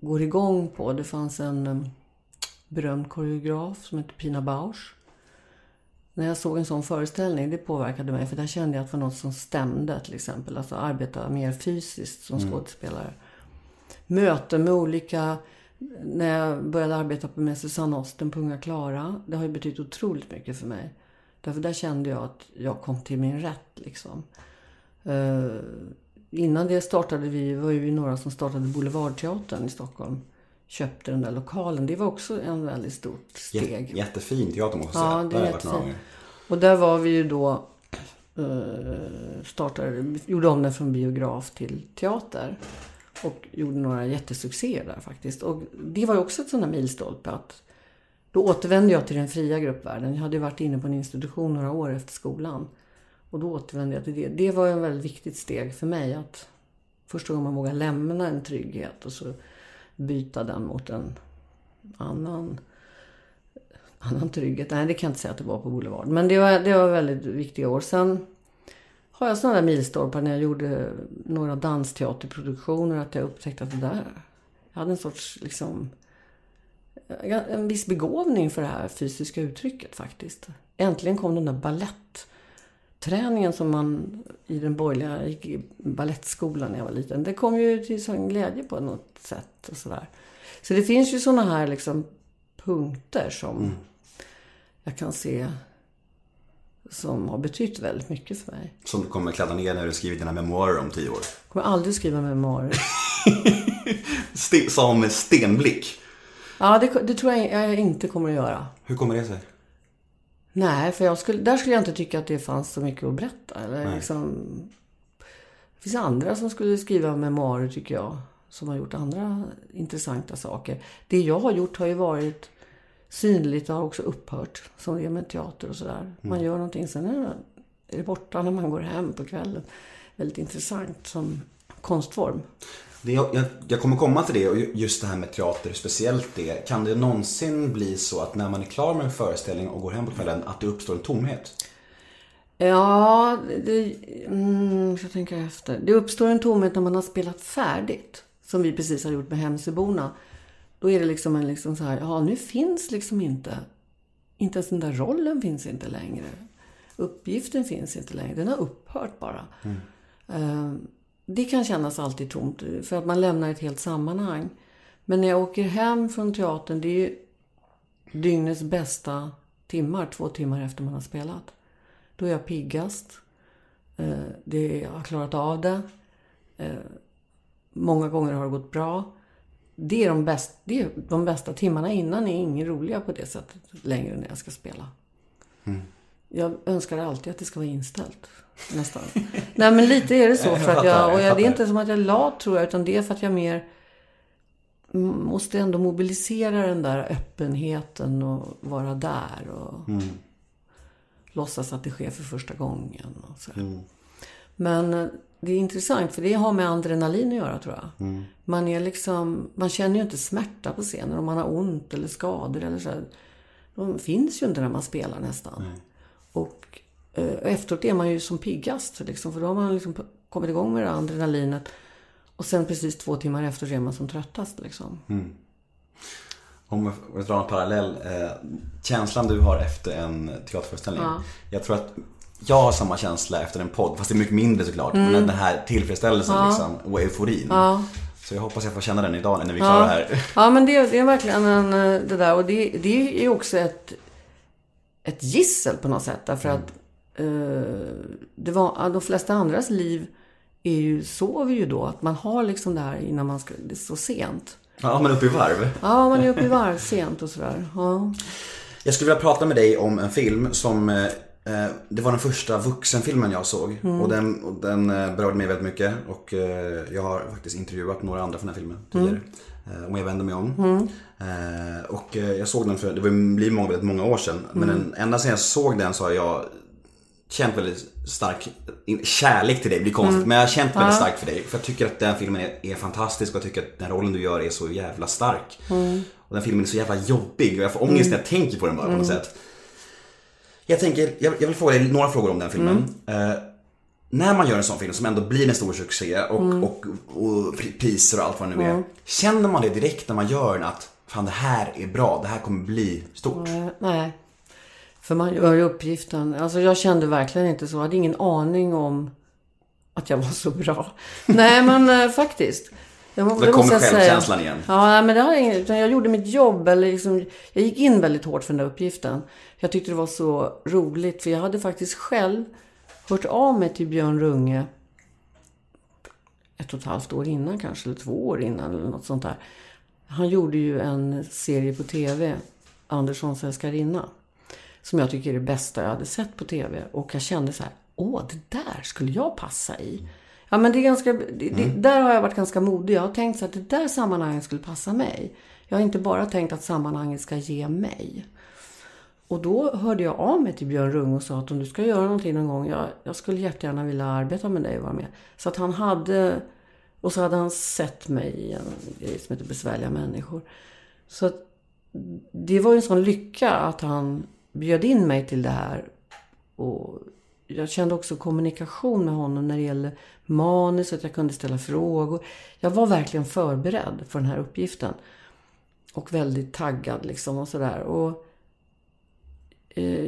går igång på. Det fanns en um, berömd koreograf som heter Pina Bausch. När jag såg en sån föreställning, det påverkade mig. För där kände jag att det var något som stämde till exempel. Alltså arbeta mer fysiskt som mm. skådespelare. Möten med olika... När jag började arbeta med Susanne Osten på Unga Klara. Det har ju betytt otroligt mycket för mig. Därför där kände jag att jag kom till min rätt liksom. Uh, innan det startade vi, var ju vi några som startade Boulevardteatern i Stockholm. Köpte den där lokalen. Det var också en väldigt stort steg. J- jättefint teater måste jag säga. Ja, det är jättefint. Och där var vi ju då uh, startade, gjorde om den från biograf till teater. Och gjorde några jättesuccéer där faktiskt. Och det var ju också ett sån här milstolpe att då återvände jag till den fria gruppvärlden. Jag hade ju varit inne på en institution några år efter skolan. Och då återvände jag till det. Det var en väldigt viktigt steg för mig att första gången man vågar lämna en trygghet och så byta den mot en annan, annan trygghet. Nej, det kan jag inte säga att det var på Boulevard. Men det var, det var väldigt viktiga år. Sen har jag sådana där milstolpar när jag gjorde några dansteaterproduktioner att jag upptäckte att det där, jag hade en sorts liksom en viss begåvning för det här fysiska uttrycket faktiskt. Äntligen kom den där ballettträningen som man i den borgerliga, jag gick i ballettskolan när jag var liten. Det kom ju till sån glädje på något sätt och sådär. Så det finns ju såna här liksom punkter som mm. jag kan se som har betytt väldigt mycket för mig. Som du kommer kladda ner när du skrivit dina memoarer om tio år. Jag kommer aldrig skriva memoarer. St- som stenblick. Ja, det, det tror jag, jag inte kommer att göra. Hur kommer det sig? Nej, för jag skulle, där skulle jag inte tycka att det fanns så mycket att berätta. Eller liksom, det finns andra som skulle skriva memoarer tycker jag. Som har gjort andra intressanta saker. Det jag har gjort har ju varit synligt och har också upphört. Som det är med teater och sådär. Mm. Man gör någonting, sen är det borta när man går hem på kvällen. Väldigt intressant som konstform. Det, jag, jag kommer komma till det, och just det här med teater, speciellt det. Kan det någonsin bli så att när man är klar med en föreställning och går hem på kvällen att det uppstår en tomhet? Ja, det, mm, jag tänker efter. Det uppstår en tomhet när man har spelat färdigt. Som vi precis har gjort med Hemsöborna. Då är det liksom en liksom så här, ja nu finns liksom inte, inte ens den där rollen finns inte längre. Uppgiften finns inte längre, den har upphört bara. Mm. Uh, det kan kännas alltid tomt för att man lämnar ett helt sammanhang. Men när jag åker hem från teatern, det är ju dygnets bästa timmar, två timmar efter man har spelat. Då är jag piggast. Uh, det, jag har klarat av det. Uh, många gånger har det gått bra. Det är, de bästa, det är de bästa timmarna innan är ingen roliga på det sättet längre när jag ska spela. Mm. Jag önskar alltid att det ska vara inställt. Nästan. Nej, men lite är det så. För att jag, och jag, det är inte som att jag är lat tror jag, utan det är för att jag mer måste ändå mobilisera den där öppenheten och vara där och mm. låtsas att det sker för första gången. Och så. Mm. Men det är intressant för det har med adrenalin att göra tror jag. Mm. Man är liksom, man känner ju inte smärta på scenen om man har ont eller skador eller så. De finns ju inte när man spelar nästan. Mm. Och eh, efteråt är man ju som piggast liksom, för då har man liksom kommit igång med det adrenalinet. Och sen precis två timmar efter är man som tröttast liksom. Mm. Om jag drar en parallell, eh, känslan du har efter en teaterföreställning. Ja. Jag tror att jag har samma känsla efter en podd, fast det är mycket mindre såklart. Mm. Men den här tillfredsställelsen ja. liksom, och euforin. Ja. Så jag hoppas jag får känna den idag när vi klarar ja. det här. Ja, men det, det är verkligen en, det där. Och det, det är ju också ett, ett gissel på något sätt. Därför mm. att uh, det var, de flesta andras liv är ju, sover ju då. Att man har liksom det här innan man ska, det är så sent. Ja, man är uppe i varv. Ja, man är uppe i varv sent och sådär. Ja. Jag skulle vilja prata med dig om en film som... Eh, det var den första vuxenfilmen jag såg. Mm. Och den, och den berörde mig väldigt mycket. Och eh, jag har faktiskt intervjuat några andra från den här filmen tidigare. Mm. Om jag vänder mig om. Mm. Eh, och jag såg den för, det blir många, väldigt många år sedan. Mm. Men den, ända sedan jag såg den så har jag känt väldigt stark kärlek till dig, det blir konstigt. Mm. Men jag har känt väldigt ja. starkt för dig. För jag tycker att den filmen är, är fantastisk. Och jag tycker att den rollen du gör är så jävla stark. Mm. Och den filmen är så jävla jobbig. Och jag får ångest när jag tänker på den bara på något mm. sätt. Jag tänker, jag, jag vill fråga dig några frågor om den filmen. Mm. Uh, när man gör en sån film som ändå blir en stor succé och, mm. och, och, och priser och allt vad det nu är, mm. känner man det direkt när man gör den att fan, det här är bra, det här kommer bli stort? Nej, nej. För man gör ju uppgiften. Alltså jag kände verkligen inte så. Jag hade ingen aning om att jag var så bra. Nej, men äh, faktiskt. Jag, det kommer självkänslan igen. Ja, men det har jag, utan jag gjorde mitt jobb. Eller liksom, jag gick in väldigt hårt för den där uppgiften. Jag tyckte det var så roligt. För jag hade faktiskt själv hört av mig till Björn Runge ett och ett halvt år innan kanske. Eller två år innan eller något sånt där. Han gjorde ju en serie på tv, Anderssons älskarinna, som jag tycker är det bästa jag hade sett på tv. Och jag kände så här, åh, det där skulle jag passa i. Ja, men det är ganska, det, mm. det, där har jag varit ganska modig. Jag har tänkt så att det där sammanhanget skulle passa mig. Jag har inte bara tänkt att sammanhanget ska ge mig. Och då hörde jag av mig till Björn Runge och sa att om du ska göra någonting någon gång, jag, jag skulle jättegärna vilja arbeta med dig och vara med. Så att han hade... Och så hade han sett mig i en grej som heter Besvärliga människor. Så att det var ju en sån lycka att han bjöd in mig till det här. Och jag kände också kommunikation med honom när det gäller manus, att jag kunde ställa frågor. Jag var verkligen förberedd för den här uppgiften. Och väldigt taggad liksom och sådär. Och eh,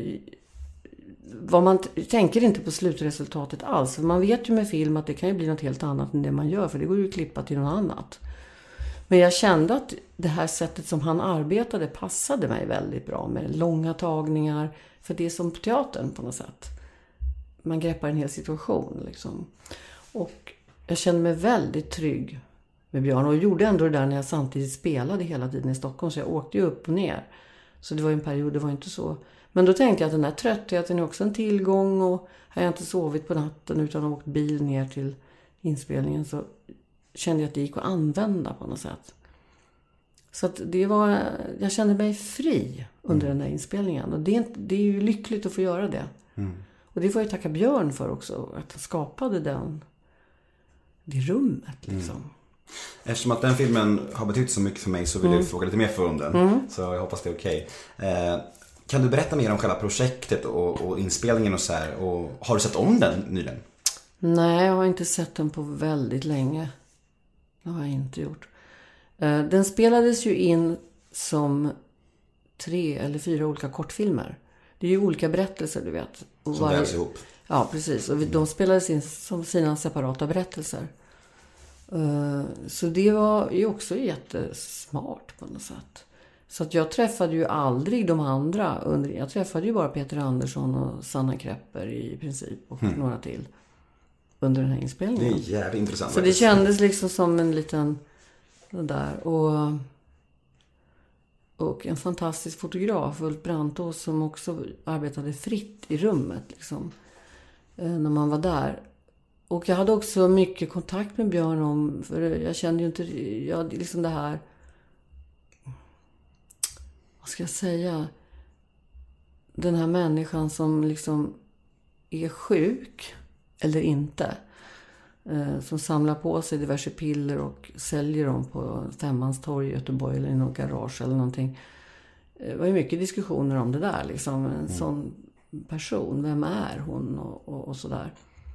vad man t- tänker inte på slutresultatet alls. För man vet ju med film att det kan ju bli något helt annat än det man gör. För det går ju att klippa till något annat. Men jag kände att det här sättet som han arbetade passade mig väldigt bra. Med långa tagningar. För det är som på teatern på något sätt. Man greppar en hel situation liksom. Och jag kände mig väldigt trygg med Björn. Och gjorde ändå det där när jag samtidigt spelade hela tiden i Stockholm. Så jag åkte ju upp och ner. Så det var ju en period, det var inte så... Men då tänkte jag att den där tröttheten är också en tillgång. Och har jag inte sovit på natten utan har åkt bil ner till inspelningen, så kände jag att det gick att använda på något sätt. Så att det var, jag kände mig fri under mm. den där inspelningen. Och det är, det är ju lyckligt att få göra det. Mm. Och det får jag tacka Björn för också. Att han skapade den, det rummet liksom. Mm. Eftersom att den filmen har betytt så mycket för mig så vill mm. jag fråga lite mer för om den. Mm. Så jag hoppas det är okej. Eh, kan du berätta mer om själva projektet och, och inspelningen och så här? Och har du sett om den nyligen? Nej, jag har inte sett den på väldigt länge. Det har jag inte gjort. Eh, den spelades ju in som tre eller fyra olika kortfilmer. Det är ju olika berättelser, du vet. Och som varje... vävs ihop. Ja, precis. Och de spelades in som sina separata berättelser. Uh, så det var ju också jättesmart på något sätt. Så att jag träffade ju aldrig de andra. Under, jag träffade ju bara Peter Andersson och Sanna Krepper i princip. Och mm. några till. Under den här inspelningen. Det är jävligt intressant. Så det kändes liksom som en liten... där. Och, och en fantastisk fotograf, Ulf Brantås, som också arbetade fritt i rummet liksom. Uh, när man var där. Och jag hade också mycket kontakt med Björn om, för jag kände ju inte, jag, liksom det här, vad ska jag säga, den här människan som liksom är sjuk eller inte, eh, som samlar på sig diverse piller och säljer dem på Stämmans torg i Göteborg eller i någon garage eller någonting. Det var ju mycket diskussioner om det där liksom, en mm. sån person, vem är hon och, och, och sådär.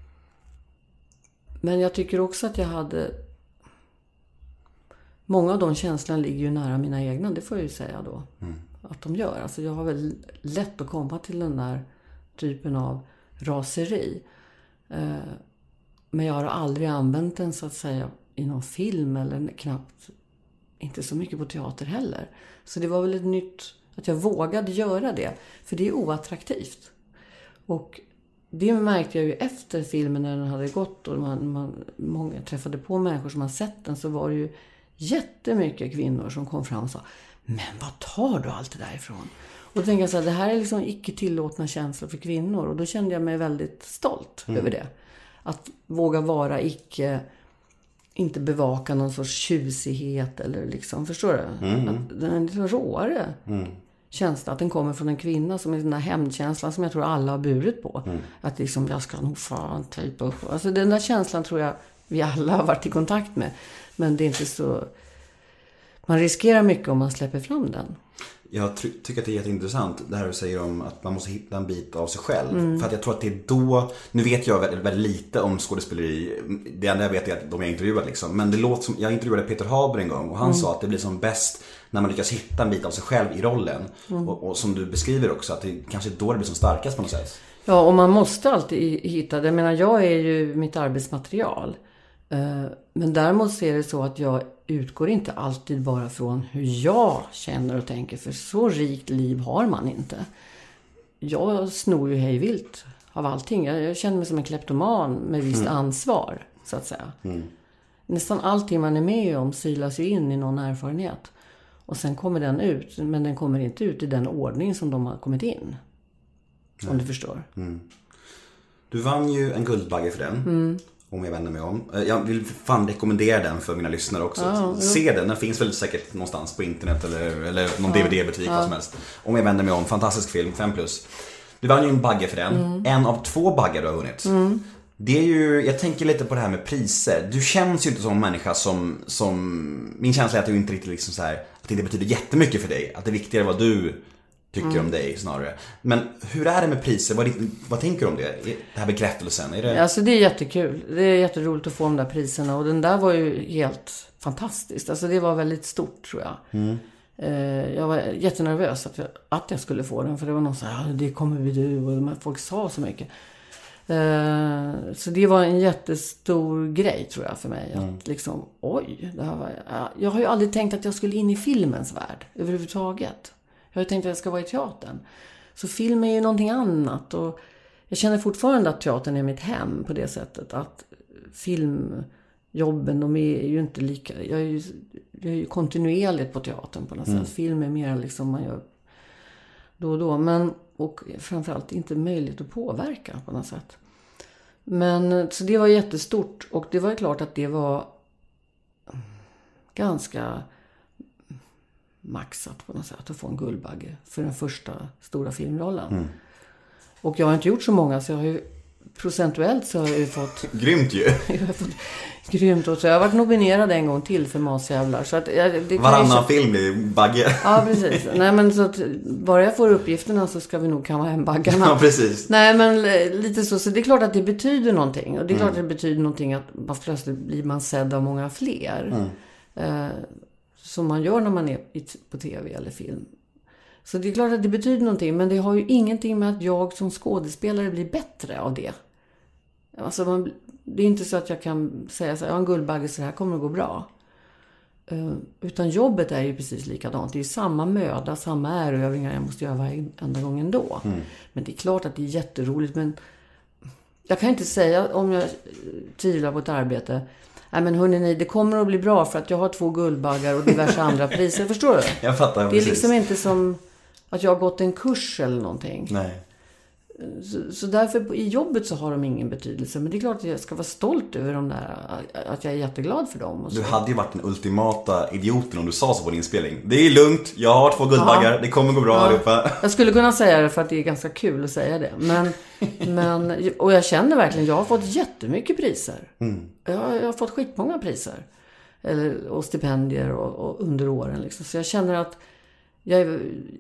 Men jag tycker också att jag hade... Många av de känslorna ligger ju nära mina egna, det får jag ju säga då. Mm. Att de gör. Alltså jag har väl lätt att komma till den där typen av raseri. Eh, men jag har aldrig använt den så att säga i någon film eller knappt, inte så mycket på teater heller. Så det var väl ett nytt, att jag vågade göra det. För det är oattraktivt. Och det märkte jag ju efter filmen när den hade gått och man, man, många träffade på människor som har sett den, så var det ju jättemycket kvinnor som kom fram och sa, men vad tar du allt det där ifrån? Och då tänkte jag så här, det här är liksom icke tillåtna känslor för kvinnor, och då kände jag mig väldigt stolt mm. över det. Att våga vara icke, inte bevaka någon sorts tjusighet eller liksom, förstår du? Mm. Att den är lite råare. Mm. Känsla att den kommer från en kvinna, som är den där hämndkänslan som jag tror alla har burit på. Mm. Att liksom, jag ska nog fan typ upp. Alltså den där känslan tror jag vi alla har varit i kontakt med. Men det är inte så... Man riskerar mycket om man släpper fram den. jag try- tycker att det är jätteintressant det här du säger om att man måste hitta en bit av sig själv. Mm. För att jag tror att det är då, nu vet jag väldigt, väldigt lite om skådespeleri. Det enda jag vet är att de jag intervjuat liksom. Men det låter som, jag intervjuade Peter Haber en gång och han mm. sa att det blir som bäst när man lyckas hitta en bit av sig själv i rollen. Mm. Och, och som du beskriver också, att det kanske är då det blir som starkast på något sätt. Ja, och man måste alltid hitta det. Jag menar, jag är ju mitt arbetsmaterial. Men däremot så är det så att jag utgår inte alltid bara från hur jag känner och tänker. För så rikt liv har man inte. Jag snor ju hejvilt av allting. Jag känner mig som en kleptoman med visst mm. ansvar, så att säga. Mm. Nästan allting man är med om silas ju in i någon erfarenhet. Och sen kommer den ut, men den kommer inte ut i den ordning som de har kommit in. Nej. Om du förstår. Mm. Du vann ju en Guldbagge för den. Mm. Om jag vänder mig om. Jag vill fan rekommendera den för mina lyssnare också. Ja, se ja. den, den finns väl säkert någonstans på internet eller, eller någon ja, D V D-butik, ja. vad som helst. Om jag vänder mig om, fantastisk film, fem plus. Du vann ju en bagge för den. Mm. En av två baggar du har vunnit. Mm. Det är ju, jag tänker lite på det här med priser. Du känns ju inte som en människa som, som min känsla är att du inte riktigt liksom så här, att det betyder jättemycket för dig. Att det är viktigare vad du tycker mm. om dig snarare. Men hur är det med priser? Vad, vad tänker du om det? Det här bekräftelsen? Är det... Alltså det är jättekul. Det är jätteroligt att få de där priserna. Och den där var ju helt fantastisk. Alltså det var väldigt stort, tror jag. Mm. Eh, jag var jättenervös att jag, att jag skulle få den. För det var någon så här, ja, det kommer vi du. Och folk sa så mycket. Eh, så det var en jättestor grej, tror jag, för mig. Mm. Att liksom, oj. Det här var, jag har ju aldrig tänkt att jag skulle in i filmens värld överhuvudtaget. Jag har tänkt att jag ska vara i teatern. Så film är ju någonting annat. Och jag känner fortfarande att teatern är mitt hem på det sättet. Att filmjobben, de är ju inte lika... Jag är ju, jag är ju kontinuerligt på teatern på något mm. sätt. Film är mer liksom man gör då och då. Men, och framförallt inte möjligt att påverka på något sätt. Men så det var jättestort. Och det var klart att det var ganska... maxat på något sätt att få en Guldbagge för den första stora filmrollen. Mm. Och jag har inte gjort så många, så jag har ju procentuellt så har jag ju fått grymt ju. jag har fått grymt, och så jag har varit nominerad en gång till för Masjävlar, så att jag, det kan varannan jag... film blir bagge. Ja, precis. Nej, men så att bara jag får uppgifterna så ska vi nog kamma hem baggarna. Ja, precis. Nej, men lite så, så det är klart att det betyder någonting, och det är klart mm. att det betyder någonting att man plötsligt blir man sedd av många fler. Mm. Eh, som man gör när man är på tv eller film. Så det är klart att det betyder någonting. Men det har ju ingenting med att jag som skådespelare blir bättre av det. Alltså man, det är inte så att jag kan säga så här, jag har en Guldbagge så här kommer det gå bra. Uh, utan jobbet är ju precis likadant. Det är ju samma möda, samma ärövningar jag måste göra varje enda gång ändå. Mm. Men det är klart att det är jätteroligt. Men jag kan inte säga om jag tvivlar på ett arbete... Nej, men hörni, det kommer att bli bra för att jag har två Guldbaggar och diverse andra priser. Förstår du? Jag fattar. Det är precis. Liksom inte som att jag har gått en kurs eller någonting. Nej. Så, så därför i jobbet så har de ingen betydelse. Men det är klart att jag ska vara stolt över dem där. Att jag är jätteglad för dem. Och så. Du hade ju varit den ultimata idioten om du sa så på din inspelning. Det är lugnt, jag har två Guldbaggar. Ja. Det kommer gå bra ja. allihopa. Jag skulle kunna säga det för att det är ganska kul att säga det. Men, men, och jag känner verkligen, jag har fått jättemycket priser. Mm. Jag, jag har fått skitmånga priser. Eller, och stipendier och, och under åren. Liksom. Så jag känner att jag,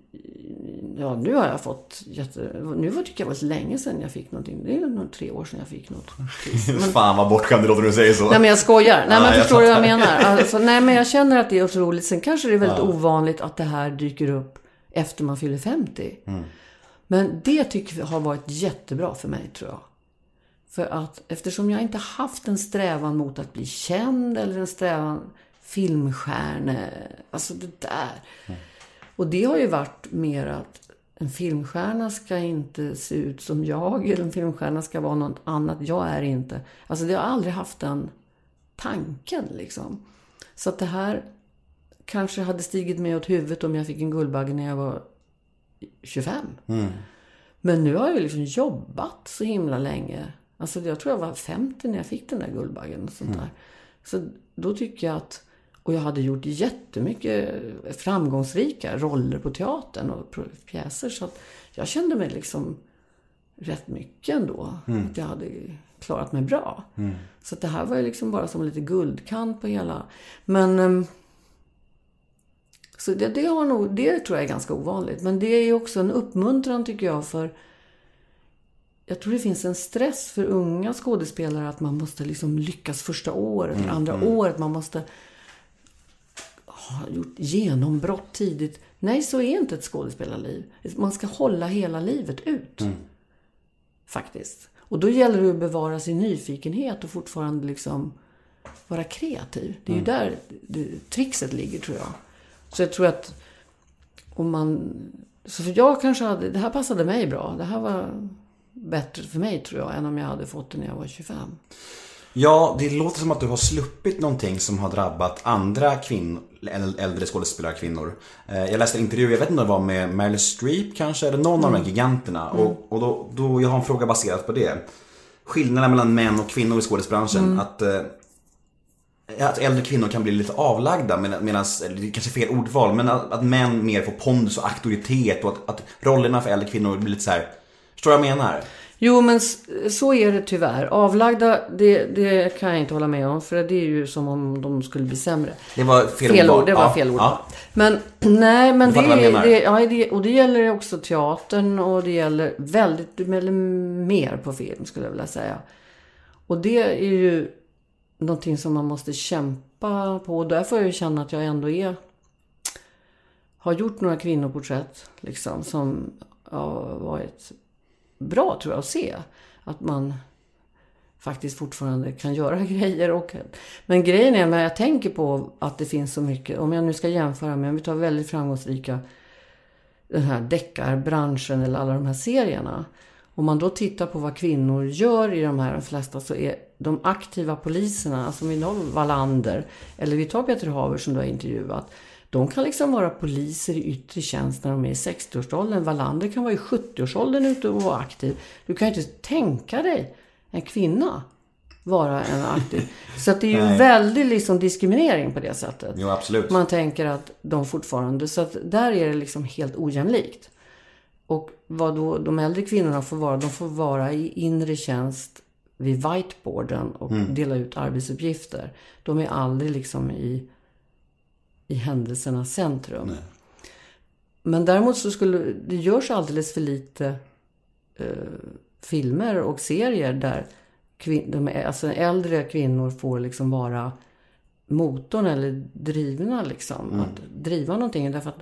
ja, nu har jag fått jätte, nu var tycker jag var så länge sedan jag fick någonting. Det är nog tre år sedan jag fick något pris. Men, fan vad bortskämd det låter när du säger så. Nej, men jag skojar. Nej, men förstår du vad jag menar? Alltså, nej, men jag känner att det är otroligt. Sen kanske det är väldigt ja. ovanligt att det här dyker upp efter man fyller femtio. Mm. Men det tycker jag har varit jättebra för mig, tror jag. För att eftersom jag inte haft en strävan mot att bli känd eller en strävan filmstjärne, alltså det där. Mm. Och det har ju varit mer att en filmstjärna ska inte se ut som jag, eller en filmstjärna ska vara något annat. Jag är inte. Alltså det har aldrig haft den tanken liksom. Så att det här kanske hade stigit mig åt huvudet om jag fick en Guldbagge när jag var tjugofem. Mm. Men nu har jag ju liksom jobbat så himla länge. Alltså jag tror jag var femtio när jag fick den där Guldbaggen och sånt mm. där. Så då tycker jag att, och jag hade gjort jättemycket framgångsrika roller på teatern och pjäser, så att jag kände mig liksom rätt mycket ändå. Mm. Att jag hade klarat mig bra. Mm. Så att det här var ju liksom bara som lite guldkant på hela. Men Så det, det, har nog, det tror jag är ganska ovanligt. Men det är ju också en uppmuntran tycker jag för... Jag tror det finns en stress för unga skådespelare att man måste liksom lyckas första året, mm, andra mm. året. Man måste ha gjort genombrott tidigt. Nej, så är inte ett skådespelarliv. Man ska hålla hela livet ut. Mm. Faktiskt. Och då gäller det att bevara sin nyfikenhet och fortfarande liksom vara kreativ. Det är mm. ju där det, trixet ligger tror jag. Så jag tror att om man... Så för jag kanske hade... Det här passade mig bra. Det här var bättre för mig tror jag än om jag hade fått det när jag var tjugofem. Ja, det låter som att du har sluppit någonting som har drabbat andra kvinnor, äldre skådespelare kvinnor. Jag läste en intervju, jag vet inte om det var med Meryl Streep kanske, eller någon mm. av de här giganterna. Mm. Och, och då, då, jag har en fråga baserat på det. Skillnaden mellan män och kvinnor i skådespelarbranschen, mm. att, att äldre kvinnor kan bli lite avlagda, medan, det är kanske fel ordval, men att, att män mer får pondus och auktoritet och att, att rollerna för äldre kvinnor blir lite så här, förstår du vad jag menar? Jo, men så är det tyvärr. Avlagda, det, det kan jag inte hålla med om. För det är ju som om de skulle bli sämre. Det var fel, fel ord. ord. Det var ja, fel ord. Ja. Men nej, men det, det, ja, det, och det gäller också teatern. Och det gäller väldigt eller mer på film skulle jag vilja säga. Och det är ju någonting som man måste kämpa på. Och därför får jag ju känna att jag ändå är... Har gjort några kvinnoporträtt liksom, som har varit... bra tror jag att se att man faktiskt fortfarande kan göra grejer och, men grejen är när jag tänker på att det finns så mycket, om jag nu ska jämföra med, om vi tar väldigt framgångsrika den här deckarbranschen eller alla de här serierna, om man då tittar på vad kvinnor gör i de här de flesta, så är de aktiva poliserna, alltså vi tar Wallander eller vi tar Peter Haber som du har intervjuat, de kan liksom vara poliser i yttre tjänst när de är i sextioårsåldern. Wallander kan vara i sjuttioårsåldern ute och vara aktiv. Du kan ju inte tänka dig en kvinna vara en aktiv. Så att det är ju Nej. väldigt liksom diskriminering på det sättet. Jo, absolut. Man tänker att de fortfarande... Så att där är det liksom helt ojämlikt. Och vad då de äldre kvinnorna får vara, de får vara i inre tjänst vid whiteboarden och mm. dela ut arbetsuppgifter. De är aldrig liksom i... i händelsernas centrum. Nej. Men däremot så skulle det görs alldeles för lite eh, filmer och serier där kvin- de är, alltså äldre kvinnor får liksom vara motorn eller drivna liksom, mm. att driva någonting, därför att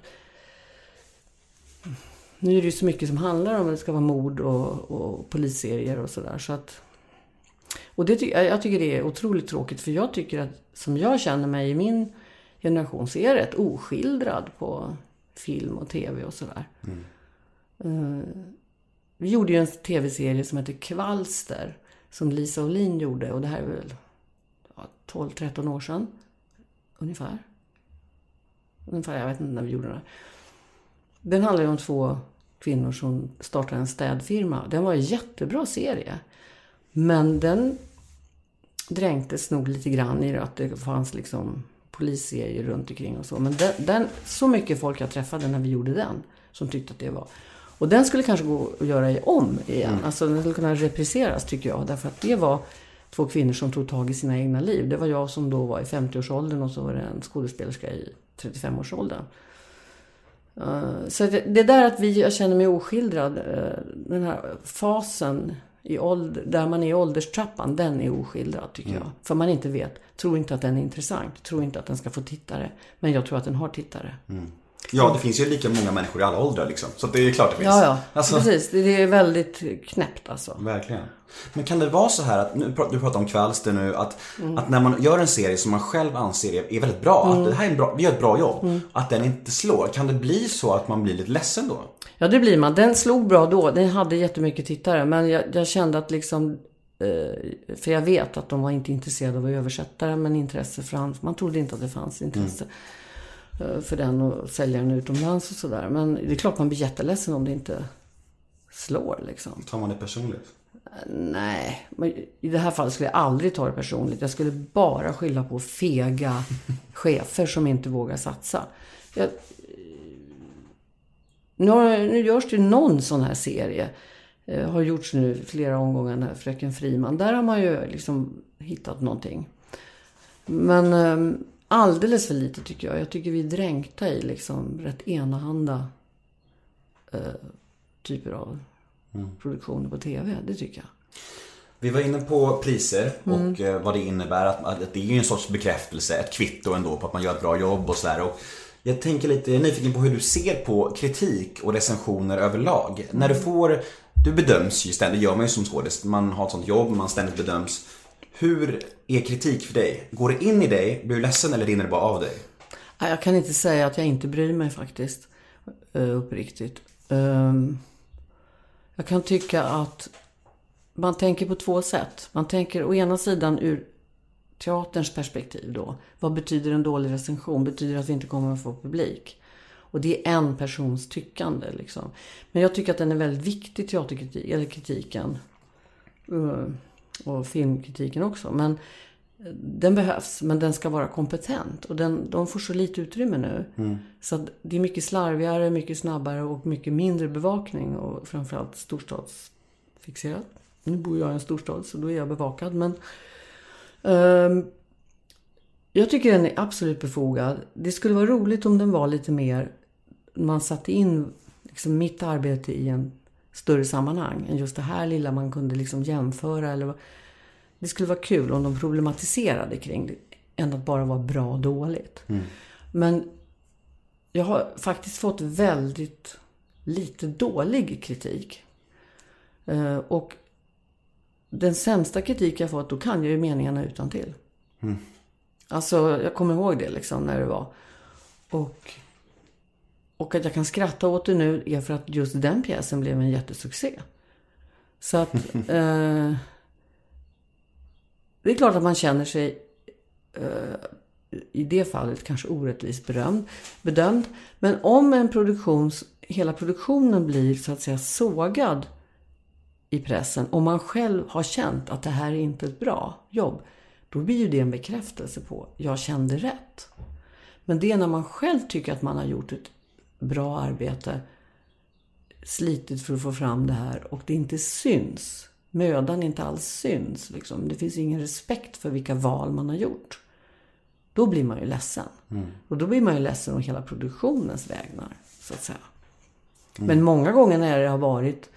nu är det ju så mycket som handlar om att det ska vara mord och, och polisserier och sådär, så att och det ty- jag tycker det är otroligt tråkigt, för jag tycker att som jag känner mig i min generation så är rätt oskildrad på film och tv och sådär. Mm. Uh, vi gjorde ju en tv-serie som heter Kvalster som Lisa Olin gjorde, och det här är väl ja, tolv tretton år sedan ungefär. Ungefär, jag vet inte när vi gjorde det. Den handlar ju om två kvinnor som startar en städfirma. Den var en jättebra serie. Men den dränktes nog lite grann i det, att det fanns liksom polisserier runt omkring och så. Men den, den, så mycket folk jag träffade när vi gjorde den som tyckte att det var. Och den skulle kanske gå att göra om igen. Mm. Alltså den skulle kunna repriseras tycker jag. Därför att det var två kvinnor som tog tag i sina egna liv. Det var jag som då var i femtioårsåldern och så var det en skådespelerska i trettiofemårsåldern. Uh, så det, det där att vi, jag känner mig oskildrad. Uh, den här fasen i ålder, där man är i ålderstrappan, den är oskildrad tycker mm. jag. För man inte vet, tror inte att den är intressant, tror inte att den ska få tittare. Men jag tror att den har tittare. Mm. Ja, det finns ju lika många människor i alla åldrar liksom. Så det är ju klart det finns. Ja, ja. Alltså... precis. Det är väldigt knäppt alltså. Verkligen. Men kan det vara så här att, nu, du pratar om Kvalster nu, att, mm. att när man gör en serie som man själv anser är väldigt bra, mm. att det här är en bra, vi gör ett bra jobb, mm. att den inte slår. Kan det bli så att man blir lite ledsen då? Ja, det blir man. Den slog bra då. Den hade jättemycket tittare. Men jag, jag kände att liksom... Eh, för jag vet att de var inte intresserade av att översätta den, men intresse fanns. Man trodde inte att det fanns intresse mm. för den och sälja den utomlands och sådär. Men det är klart man blir jätteledsen om det inte slår liksom. Tar man det personligt? Nej, men i det här fallet skulle jag aldrig ta det personligt. Jag skulle bara skylla på fega chefer som inte vågar satsa. Jag, nu, nu görs det ju någon sån här serie. Eh, har gjorts nu flera omgångar när Fröken Friman. Där har man ju liksom hittat någonting. Men eh, alldeles för lite tycker jag. Jag tycker vi är dränkta i liksom rätt enahanda eh, typer av mm. produktioner på tv. Det tycker jag. Vi var inne på priser och Mm. vad det innebär. Att, att det är ju en sorts bekräftelse, ett kvitto ändå på att man gör ett bra jobb och sådär. Och jag tänker lite, jag är nyfiken på hur du ser på kritik och recensioner överlag. Mm. När du får, du bedöms ju ständigt, det gör man ju som skådis. Man har ett sånt jobb, man ständigt bedöms. Hur är kritik för dig? Går det in i dig? Blir du ledsen eller rinner det bara av dig? Jag kan inte säga att jag inte bryr mig faktiskt. Uppriktigt. Jag kan tycka att man tänker på två sätt. Man tänker å ena sidan ur teaterns perspektiv då. Vad betyder en dålig recension? Betyder att vi inte kommer att få publik? Och det är en persons tyckande liksom. Men jag tycker att den är väldigt viktig, teaterkritik, eller kritiken. Och filmkritiken också. Men den behövs, men den ska vara kompetent. Och den, de får så lite utrymme nu. Mm. Så att det är mycket slarvigare, mycket snabbare och mycket mindre bevakning. Och framförallt storstadsfixerat. Nu bor jag i en storstad så då är jag bevakad. Men um, jag tycker den är absolut befogad. Det skulle vara roligt om den var lite mer, man satte in liksom mitt arbete i en större sammanhang än just det här lilla man kunde liksom jämföra. Eller, det skulle vara kul om de problematiserade kring det än att bara vara bra och dåligt. Mm. Men jag har faktiskt fått väldigt lite dålig kritik. Uh, och den sämsta kritik jag fått, då kan jag ju meningarna utan till. Mm. Alltså, jag kommer ihåg det liksom när det var. Och, och att jag kan skratta åt det nu är för att just den pjäsen blev en jättesuccé. Så att eh, det är klart att man känner sig eh, i det fallet kanske orättvist berömd, bedömd. Men om en produktions, hela produktionen blir så att säga sågad i pressen, om man själv har känt att det här är inte ett bra jobb, då blir ju det en bekräftelse på jag kände rätt. Men det är när man själv tycker att man har gjort ett bra arbete, slitit för att få fram det här, och det inte syns, mödan inte alls syns liksom. Det finns ingen respekt för vilka val man har gjort, då blir man ju ledsen. Mm. Och då blir man ju ledsen om hela produktionens vägnar så att säga. Mm. Men många gånger när det har varit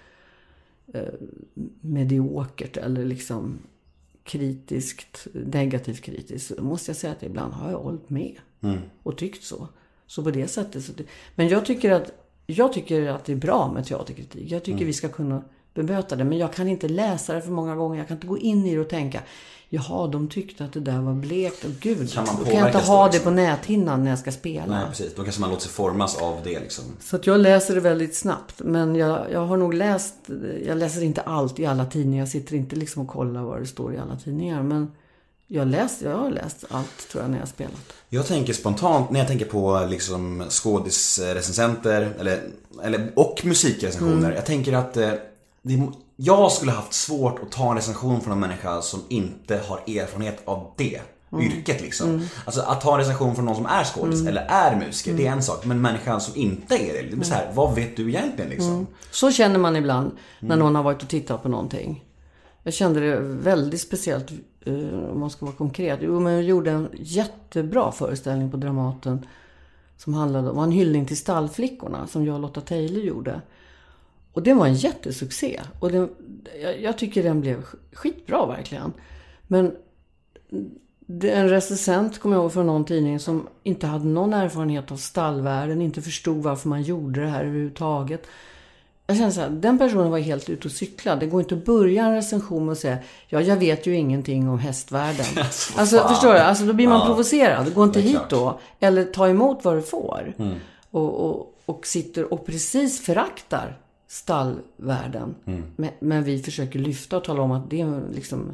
mediokert eller liksom kritiskt, negativt kritiskt, så måste jag säga att ibland har jag hållit med mm. och tyckt så. Så på det sättet. Så det, men jag tycker att jag tycker att det är bra med teaterkritik. Jag tycker mm. vi ska kunna bemöta det, men jag kan inte läsa det för många gånger. Jag kan inte gå in i det och tänka, jaha, de tyckte att det där var blekt och gud, kan man då kan jag inte ha liksom det på näthinnan när jag ska spela. Nej, precis. Då kanske man låter sig formas av det liksom. Så att jag läser det väldigt snabbt, men jag, jag har nog läst, jag läser inte allt i alla tidningar. Jag sitter inte liksom och kollar vad det står i alla tidningar, men jag, läst, jag har läst allt tror jag när jag har spelat. Jag tänker spontant, när jag tänker på liksom skådisrecensenter eller, eller, och musikrecensioner, mm. jag tänker att eh, det, jag skulle haft svårt att ta en recension från en människa som inte har erfarenhet av det mm. yrket liksom. Mm. Alltså att ta en recension från någon som är skådis mm. eller är musiker, mm. det är en sak. Men människan som inte är det, det blir så här, vad vet du egentligen liksom? Mm. Så känner man ibland när mm. någon har varit och tittat på någonting. Jag kände det väldigt speciellt, om man ska vara konkret. Jo, men jag gjorde en jättebra föreställning på Dramaten som handlade om en hyllning till stallflickorna som jag och Lotta Taylor gjorde. Och det var en jättesuccé. Och den, jag, jag tycker den blev skitbra verkligen. Men det, en recensent kom jag ihåg från någon tidning som inte hade någon erfarenhet av stallvärlden, inte förstod varför man gjorde det här överhuvudtaget. Jag känner så här, den personen var helt ute och cykla. Det går inte att börja en recension och säga, ja, jag vet ju ingenting om hästvärlden. Alltså, alltså förstår du? Alltså, då blir man ja. provocerad. Gå inte hit då. Eller ta emot vad du får. Mm. Och, och, och sitter och precis föraktar stallvärlden. Mm. Men, men vi försöker lyfta och tala om att det är liksom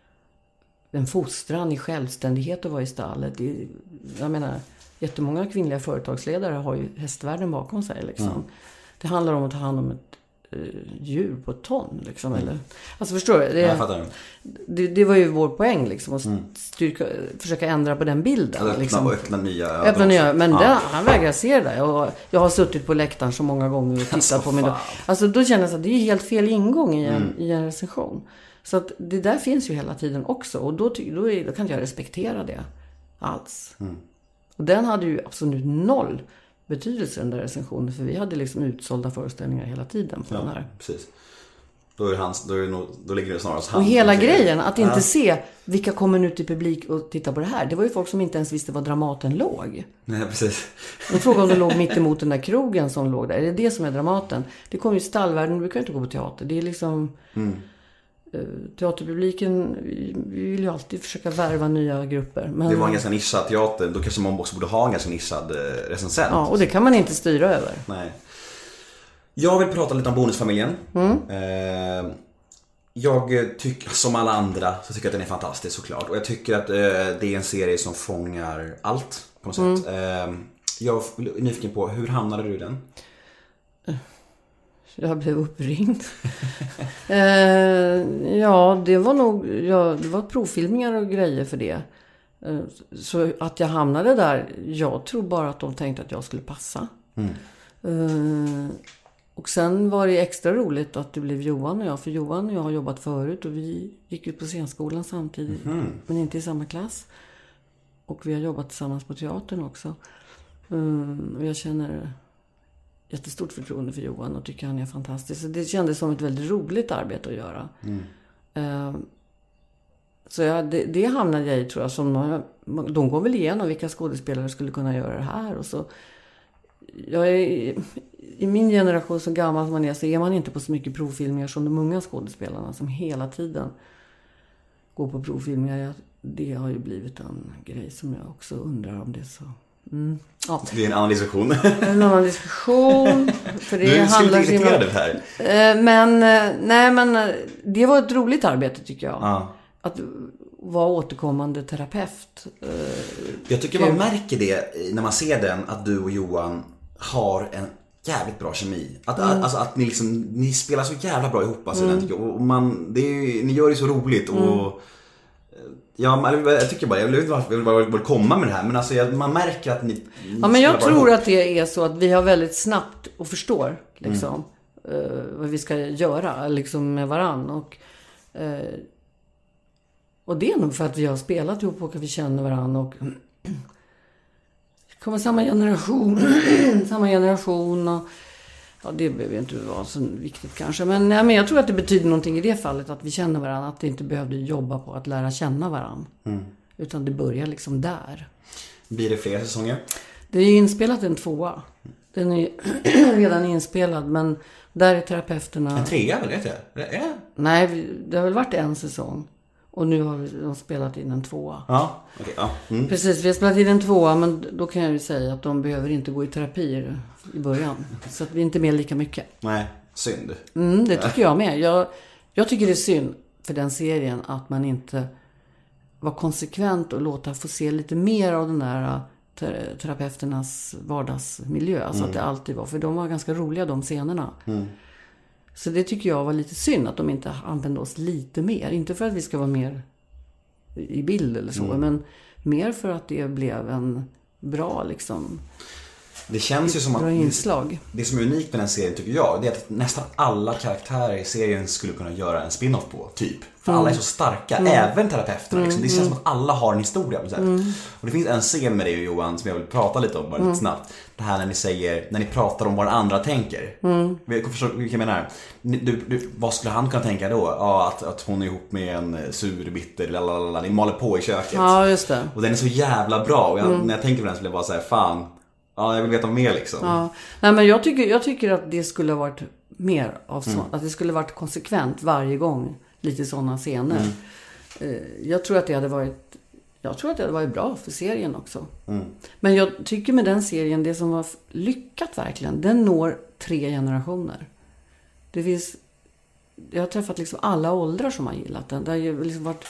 en fostran i självständighet att vara i stallet. Det, jag menar, jättemånga kvinnliga företagsledare har ju hästvärlden bakom sig liksom. Mm. Det handlar om att ta hand om ett uh, djur på ett ton liksom, mm. eller alltså förstår du? Det, jag fattar. Det, det var ju vår poäng liksom, att mm. styrka, försöka ändra på den bilden. Öppna, liksom. och öppna nya. Öppna nya, men ja. det, han vägrar se det. Och jag har suttit på läktaren så många gånger och tittat alltså, på mig. Alltså då känner jag att det är helt fel ingång i en, mm. i en recension. Så att det där finns ju hela tiden också. Och då, då, är, då kan jag respektera det alls. Mm. Och den hade ju absolut noll betydelse, den där recensionen. För vi hade liksom utsålda föreställningar hela tiden på ja, den här. Precis. Då, är det hans, då, är det nog, då ligger det snarast han. Och hela grejen, att inte ja. se vilka kommer ut i publik och titta på det här. Det var ju folk som inte ens visste var Dramaten låg. Nej, precis. De frågade om det låg mitt emot den där krogen som låg där. Är det det som är Dramaten? Det kommer ju stallvärlden, vi kan inte gå på teater. Det är liksom... Mm. Teaterpubliken, vi vill ju alltid försöka värva nya grupper. Men... Det var en ganska nischad teater. Då kanske man också borde ha en ganska nischad recensent. Ja, och det kan man inte styra över. Nej. Jag vill prata lite om Bonusfamiljen. Mm. eh, Jag tycker, som alla andra, så tycker jag att den är fantastisk såklart. Och jag tycker att eh, det är en serie som fångar allt på något mm. sätt. eh, Jag är nyfiken på, hur hamnade du i den? Jag blev uppringd. eh, ja, det var nog... Ja, det var provfilmningar och grejer för det. Eh, så att jag hamnade där, jag tror bara att de tänkte att jag skulle passa. Mm. Eh, och sen var det extra roligt att det blev Johan och jag. För Johan och jag har jobbat förut och vi gick ut på scenskolan samtidigt. Mm. Men inte i samma klass. Och vi har jobbat tillsammans på teatern också. Eh, och jag känner... jättestort förtroende för Johan och tycker han är fantastisk. Så det kändes som ett väldigt roligt arbete att göra. Mm. Uh, så jag, det, det hamnade jag i, tror jag. Som någon, de går väl igenom vilka skådespelare skulle kunna göra det här. Och så, jag är, i min generation, så gammal som man är, så är man inte på så mycket provfilmningar som de unga skådespelarna som hela tiden går på provfilmningar. Det har ju blivit en grej som jag också undrar om det är så... Mm. Ja. Det är en annan diskussion. En annan diskussion. För det du skulle inte irritera dig här. Men, nej, men det var ett roligt arbete, tycker jag. Ja. Att vara återkommande terapeut. Jag tycker man märker det när man ser den, att du och Johan har en jävligt bra kemi. Att, mm. alltså, att ni, liksom, ni spelar så jävla bra ihop. Alltså, mm. den, och man, det är, ni gör det så roligt. Och mm. Ja, jag tycker bara, jag vill bara, jag vill bara, bara komma med det här. Men alltså, jag, man märker att ni, ni ja, men jag tror ihop. Att det är så att vi har väldigt snabbt och förstår liksom, mm. uh, vad vi ska göra liksom, med varann. Och, uh, och det är nog för att vi har spelat ihop och att vi känner varann. Och kommer samma generation. samma generation och ja, det behöver inte vara så viktigt kanske. Men, ja, men jag tror att det betyder någonting i det fallet. Att vi känner varandra. Att det inte behövde jobba på att lära känna varandra. Mm. Utan det börjar liksom där. Blir det fler säsonger? Det är ju inspelat en tvåa. Den är redan inspelad. Men där är terapeuterna... En trea väl, vet jag? Det är... Nej, det har väl varit en säsong. Och nu har de spelat in en tvåa. Ja, okej. Okay, ja. Mm. Precis, vi har spelat in en tvåa. Men då kan jag ju säga att de behöver inte gå i terapi i början. Så att vi är inte med lika mycket. Nej, synd. Mm, det tycker jag med. Jag, jag tycker det är synd för den serien att man inte var konsekvent och låta få se lite mer av den där ter- terapeuternas vardagsmiljö. Alltså mm. att det alltid var. För de var ganska roliga, de scenerna. Mm. Så det tycker jag var lite synd att de inte använde oss lite mer. Inte för att vi ska vara mer i bild eller så. Mm. Men mer för att det blev en bra liksom... Det känns ju som att det, det som är unikt med den serien tycker jag, det är att nästan alla karaktärer i serien skulle kunna göra en spin-off på, typ. För mm. alla är så starka, mm. även terapeuterna. Liksom. Det känns mm. som att alla har en historia på sätt. Mm. Och det finns en scen med dig och Johan som jag vill prata lite om bara lite mm. snabbt. Det här när ni säger, när ni pratar om vad andra tänker. Mm. Jag förstår vad jag menar. Du, du, vad skulle han kunna tänka då? Ja, att, att hon är ihop med en sur, bitter, lalalala. Ni maler på i köket. Ja, just det. Och den är så jävla bra. Och jag, mm. när jag tänker på den så blir jag bara så här, fan. Ja, jag vill veta mer liksom. Ja. Nej, men jag tycker, jag tycker att det skulle ha varit mer av sånt. Mm. Att det skulle ha varit konsekvent varje gång. Lite sådana scener. Mm. Jag tror att det hade varit Jag tror att det hade varit bra för serien också. Mm. Men jag tycker med den serien, det som var lyckat verkligen, den når tre generationer. Det finns, jag har träffat liksom alla åldrar som har gillat den. Det har ju liksom varit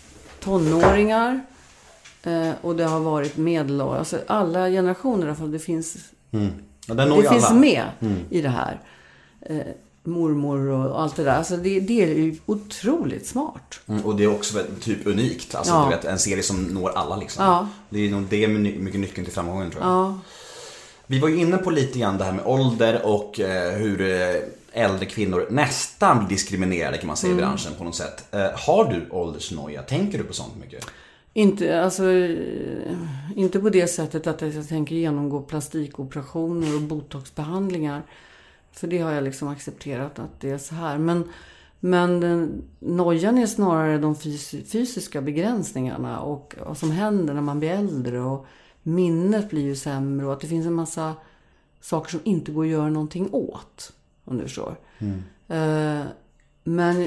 tonåringar eh, och det har varit medelålders. Alltså alla generationer i alla fall, det finns, mm. ja, det finns alla. med mm. i det här. Eh, mormor och allt det där. Alltså det, det är ju otroligt smart. Mm, och det är också typ unikt. Alltså ja. du vet, en serie som når alla liksom. Ja. Det är nog det mycket nyckeln till framgången, tror jag. Ja. Vi var ju inne på lite grann det här med ålder och eh, hur eh, äldre kvinnor nästan blir diskriminerade, kan man säga, mm. i branschen på något sätt. Eh, har du åldersnoja? Tänker du på sånt mycket? Inte, alltså, inte på det sättet att jag tänker genomgå plastikoperationer och botoxbehandlingar. För det har jag liksom accepterat att det är så här. Men, men den, nojan är snarare de fys- fysiska begränsningarna och vad som händer när man blir äldre. Och minnet blir ju sämre och att det finns en massa saker som inte går att göra någonting åt. Om du förstår. Mm. Uh, men...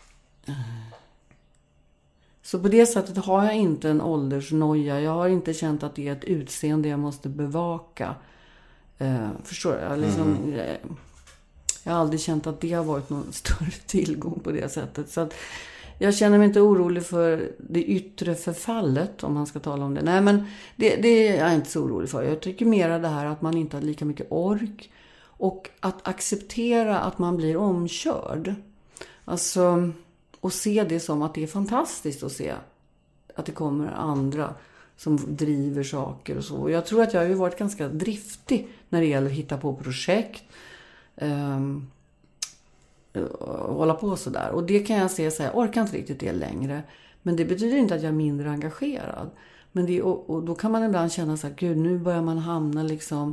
Så på det sättet har jag inte en åldersnoja. Jag har inte känt att det är ett utseende jag måste bevaka. Uh, förstår jag? Liksom, mm. jag? Jag har aldrig känt att det har varit någon större tillgång på det sättet. Så att jag känner mig inte orolig för det yttre förfallet, om man ska tala om det. Nej, men det, det är jag inte så orolig för. Jag tycker mer det här att man inte har lika mycket ork. Och att acceptera att man blir omkörd. Alltså... Och se det som att det är fantastiskt att se att det kommer andra som driver saker och så. Och jag tror att jag har ju varit ganska driftig när det gäller att hitta på projekt. Um, och hålla på så där. Och det kan jag se så här, jag orkar inte riktigt det längre. Men det betyder inte att jag är mindre engagerad. Men det, och, och då kan man ibland känna så här, gud, nu börjar man hamna liksom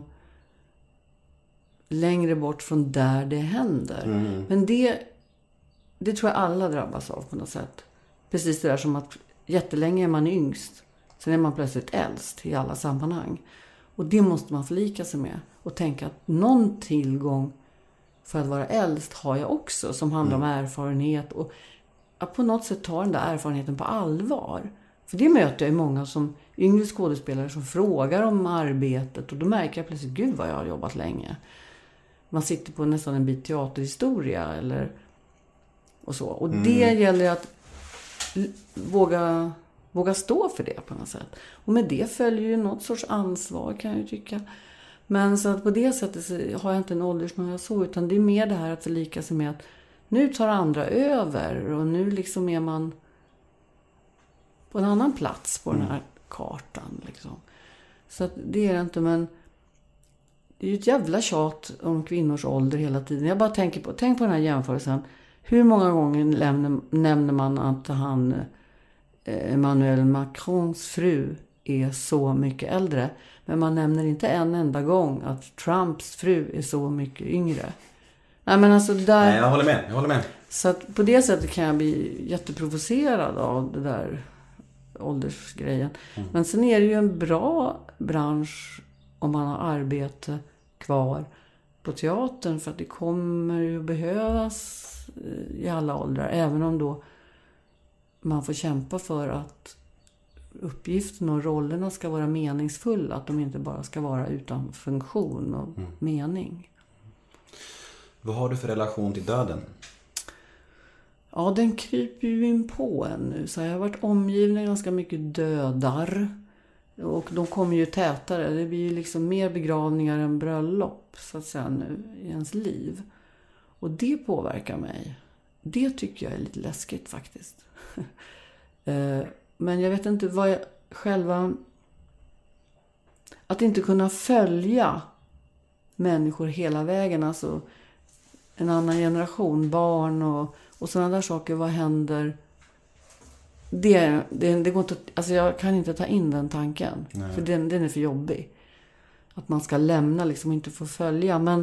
längre bort från där det händer. Mm. Men det... Det tror jag alla drabbas av på något sätt. Precis det där som att jättelänge är man yngst. Sen är man plötsligt äldst i alla sammanhang. Och det måste man förlika sig med. Och tänka att någon tillgång för att vara äldst har jag också. Som handlar mm. om erfarenhet. Och att på något sätt ta den där erfarenheten på allvar. För det möter jag i många som yngre skådespelare som frågar om arbetet. Och då märker jag plötsligt, gud vad jag har jobbat länge. Man sitter på nästan en bit teaterhistoria eller... Och så. Och mm. det gäller att våga, våga stå för det på något sätt. Och med det följer ju något sorts ansvar, kan jag ju tycka. Men så att på det sättet så har jag inte en åldersnoja så. Utan det är mer det här att förlika sig med att nu tar andra över. Och nu liksom är man på en annan plats på mm. den här kartan. Liksom. Så att det är det inte, men... Det är ju ett jävla tjat om kvinnors ålder hela tiden. Jag bara tänker på, tänk på den här jämförelsen. Hur många gånger nämner, nämner man att han, Emmanuel Macrons fru, är så mycket äldre. Men man nämner inte en enda gång att Trumps fru är så mycket yngre. Nej, men alltså där... Nej, jag håller med, jag håller med. Så att på det sättet kan jag bli jätteprovocerad av det där åldersgrejen. Mm. Men sen är det ju en bra bransch om man har arbete kvar på teatern. För att det kommer ju behövas i alla åldrar. Även om då man får kämpa för att uppgiften och rollerna ska vara meningsfulla. Att de inte bara ska vara utan funktion och mm. mening. Vad har du för relation till döden? Ja, den kryper ju in på en nu. Så jag har varit omgiven ganska mycket dödar. Och de kommer ju tätare. Det blir ju liksom mer begravningar än bröllop så att säga nu i ens liv. Och det påverkar mig. Det tycker jag är lite läskigt faktiskt. Men jag vet inte vad jag själva... Att inte kunna följa människor hela vägen. Alltså en annan generation, barn och, och sådana där saker. Vad händer? Det, det, det går inte, alltså jag kan inte ta in den tanken. Nej. För den, den är för jobbig. Att man ska lämna liksom, inte få följa. Men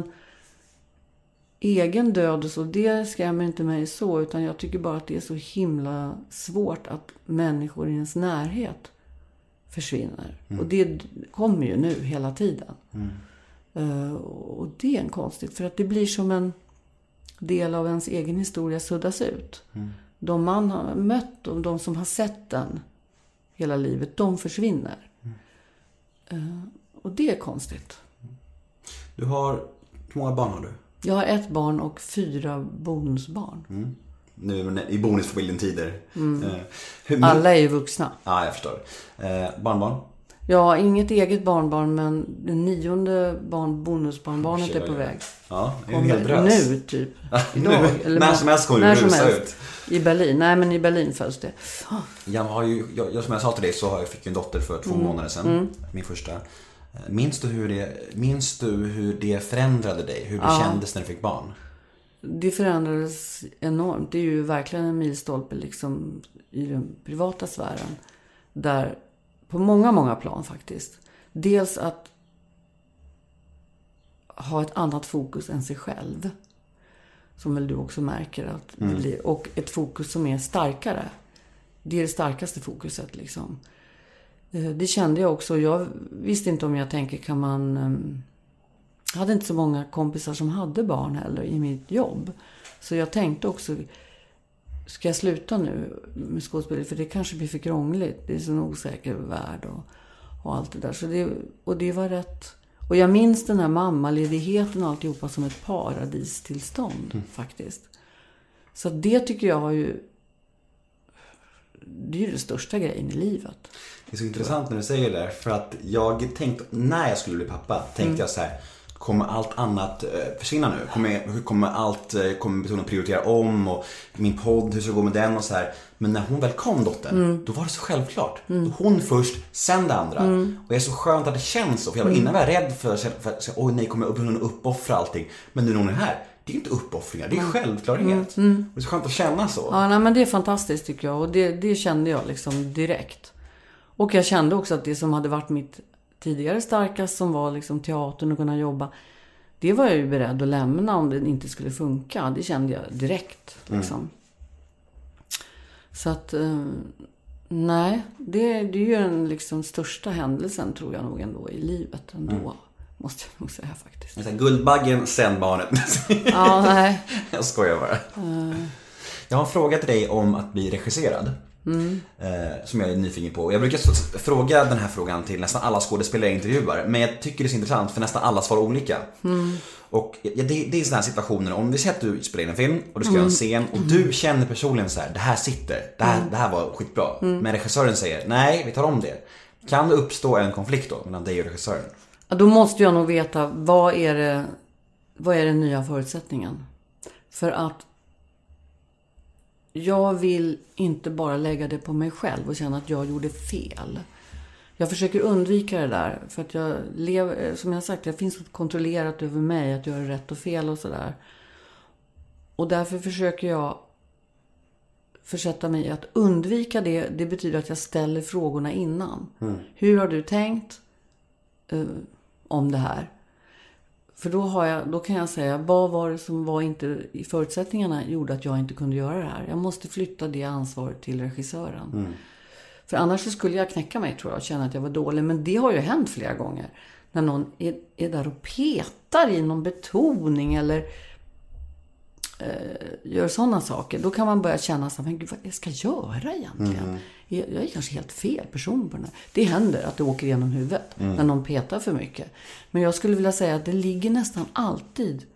egen död och så, det skrämmer inte mig så. Utan jag tycker bara att det är så himla svårt att människor i ens närhet försvinner. Mm. Och det kommer ju nu hela tiden. Mm. Uh, och det är en konstigt. För att det blir som en del av ens egen historia suddas ut. Mm. De man har mött och de som har sett den hela livet, de försvinner. Mm. Uh, och det är konstigt. Du har, hur många barn har du? Jag har ett barn och fyra bonusbarn. Mm. Nu i bonusfamiljen tider. Mm. Uh, hur, Alla är ju vuxna. Ja, ah, jag förstår. Uh, barnbarn? Ja, inget eget barnbarn, men den nionde barn, bonusbarnbarnet oh, är på ja. väg. Ja, det är en hel drös. Nu, typ. Idag. Eller när som helst kommer det rusa ut. I Berlin. Nej, men i Berlin föds det. Jag har ju, jag, jag, som jag sa till dig så har jag fick en dotter för två mm. månader sedan. Mm. Min första. Minns du, hur det, minns du hur det förändrade dig? Hur det ja. kändes när du fick barn? Det förändrades enormt. Det är ju verkligen en milstolpe liksom, i den privata sfären. där på många, många plan faktiskt. Dels att ha ett annat fokus än sig själv. Som väl du också märker att mm. det blir. Och ett fokus som är starkare. Det är det starkaste fokuset liksom. Det kände jag också. Jag visste inte om jag tänker kan man... Jag hade inte så många kompisar som hade barn heller i mitt jobb. Så jag tänkte också... Ska jag sluta nu med skådespel? För det kanske blir för krångligt. Det är så en osäker värld och, och allt det där. Så det, och det var rätt... Och jag minns den här mammaledigheten och alltihopa som ett paradistillstånd mm. faktiskt. Så det tycker jag har ju... Det är ju det största grejen i livet. Det är så intressant när du säger det. För att jag tänkte, när jag skulle bli pappa, tänkte mm. jag så här... Kommer allt annat försvinna nu? Kommer, hur kommer allt, kommer personen prioritera om? Och min podd, hur ska det gå med den och så här. Men när hon väl kom, dottern, mm. då var det så självklart. Mm. Hon först, sen det andra. Mm. Och det är så skönt att det känns så. För jag var innan var jag rädd för, för att oj nej, kommer hon uppoffra allting. Men nu när hon är här, det är inte uppoffringar, det är självklarhet. Mm. Mm. Det är så skönt att känna så. Ja, nej, men det är fantastiskt tycker jag. Och det, det kände jag liksom direkt. Och jag kände också att det som hade varit mitt tidigare starkast, som var liksom teatern och kunna jobba, det var jag ju beredd att lämna om det inte skulle funka. Det kände jag direkt liksom. Mm. Så att eh, nej, det, det är ju den liksom största händelsen tror jag nog ändå i livet ändå. Mm. Måste jag nog säga faktiskt. Säga, Guldbaggen sen barnet. Ja, nej. Jag skojar bara. Uh. Jag har en fråga till dig om att bli regisserad. Mm. Eh, som jag är nyfiken på. Jag brukar fråga den här frågan till nästan alla skådespelare jag intervjuar. Men jag tycker det är så intressant för nästan alla svar olika. Mm. Och ja, det, det är sådana här situationer. Om vi säger att du spelar in en film och du ska mm. göra en scen och mm. du känner personligen så här: det här sitter, det här, mm. det här var skitbra. Mm. Men regissören säger, nej vi tar om det. Kan det uppstå en konflikt då mellan dig och regissören? Ja, då måste jag nog veta vad är det, vad är den nya förutsättningen. För att jag vill inte bara lägga det på mig själv och känna att jag gjorde fel. Jag försöker undvika det där. För att jag lever, som jag sagt, det finns något kontrollerat över mig att göra rätt och fel och sådär. Och därför försöker jag försätta mig i att undvika det. Det betyder att jag ställer frågorna innan. Mm. Hur har du tänkt uh, om det här? För då, har jag, då kan jag säga, vad var det som var inte i förutsättningarna gjorde att jag inte kunde göra det här? Jag måste flytta det ansvaret till regissören. Mm. För annars så skulle jag knäcka mig tror jag och känna att jag var dålig. Men det har ju hänt flera gånger. När någon är, är där och petar i någon betoning eller eh, gör sådana saker. Då kan man börja känna så här, men gud, vad jag ska göra egentligen? Mm. Jag, jag är kanske helt fel person på den här. Det händer att det åker genom huvudet mm. när någon petar för mycket. Men jag skulle vilja säga att det ligger nästan alltid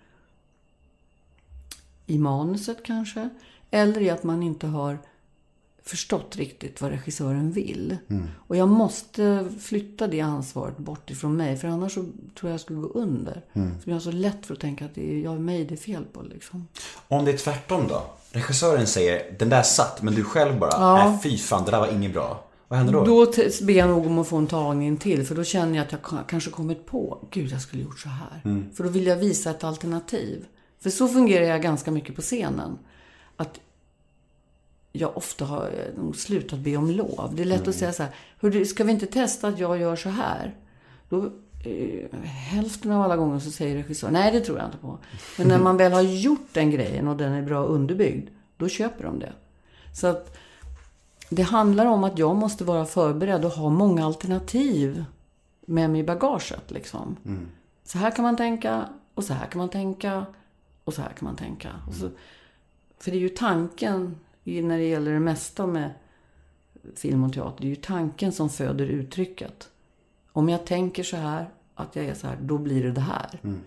i manuset kanske. Eller i att man inte har förstått riktigt vad regissören vill. Mm. Och jag måste flytta det ansvaret bort ifrån mig. För annars så tror jag jag skulle gå under. Mm. För jag har så lätt för att tänka att det är jag och mig det är fel på. Liksom. Om det är tvärtom då? Regissören säger, den där satt, men du själv bara, ja. Nej fy fan, det där var inget bra. Vad händer då? Då ber jag nog om att få en tagning till. För då känner jag att jag kanske kommit på, gud jag skulle gjort så här. Mm. För då vill jag visa ett alternativ. För så fungerar jag ganska mycket på scenen. Att jag ofta har slutat be om lov. Det är lätt mm. att säga så här, hur, ska vi inte testa att jag gör så här? Då, eh, hälften av alla gånger så säger regissören, nej det tror jag inte på. Men när man väl har gjort den grejen och den är bra underbyggd, då köper de det. Så att det handlar om att jag måste vara förberedd och ha många alternativ med mig i bagaget. Liksom. Mm. Så här kan man tänka, och så här kan man tänka, och så här kan man tänka. Och så, för det är ju tanken, när det gäller det mesta med film och teater, det är ju tanken som föder uttrycket. Om jag tänker så här, att jag är så här, då blir det det här. Mm.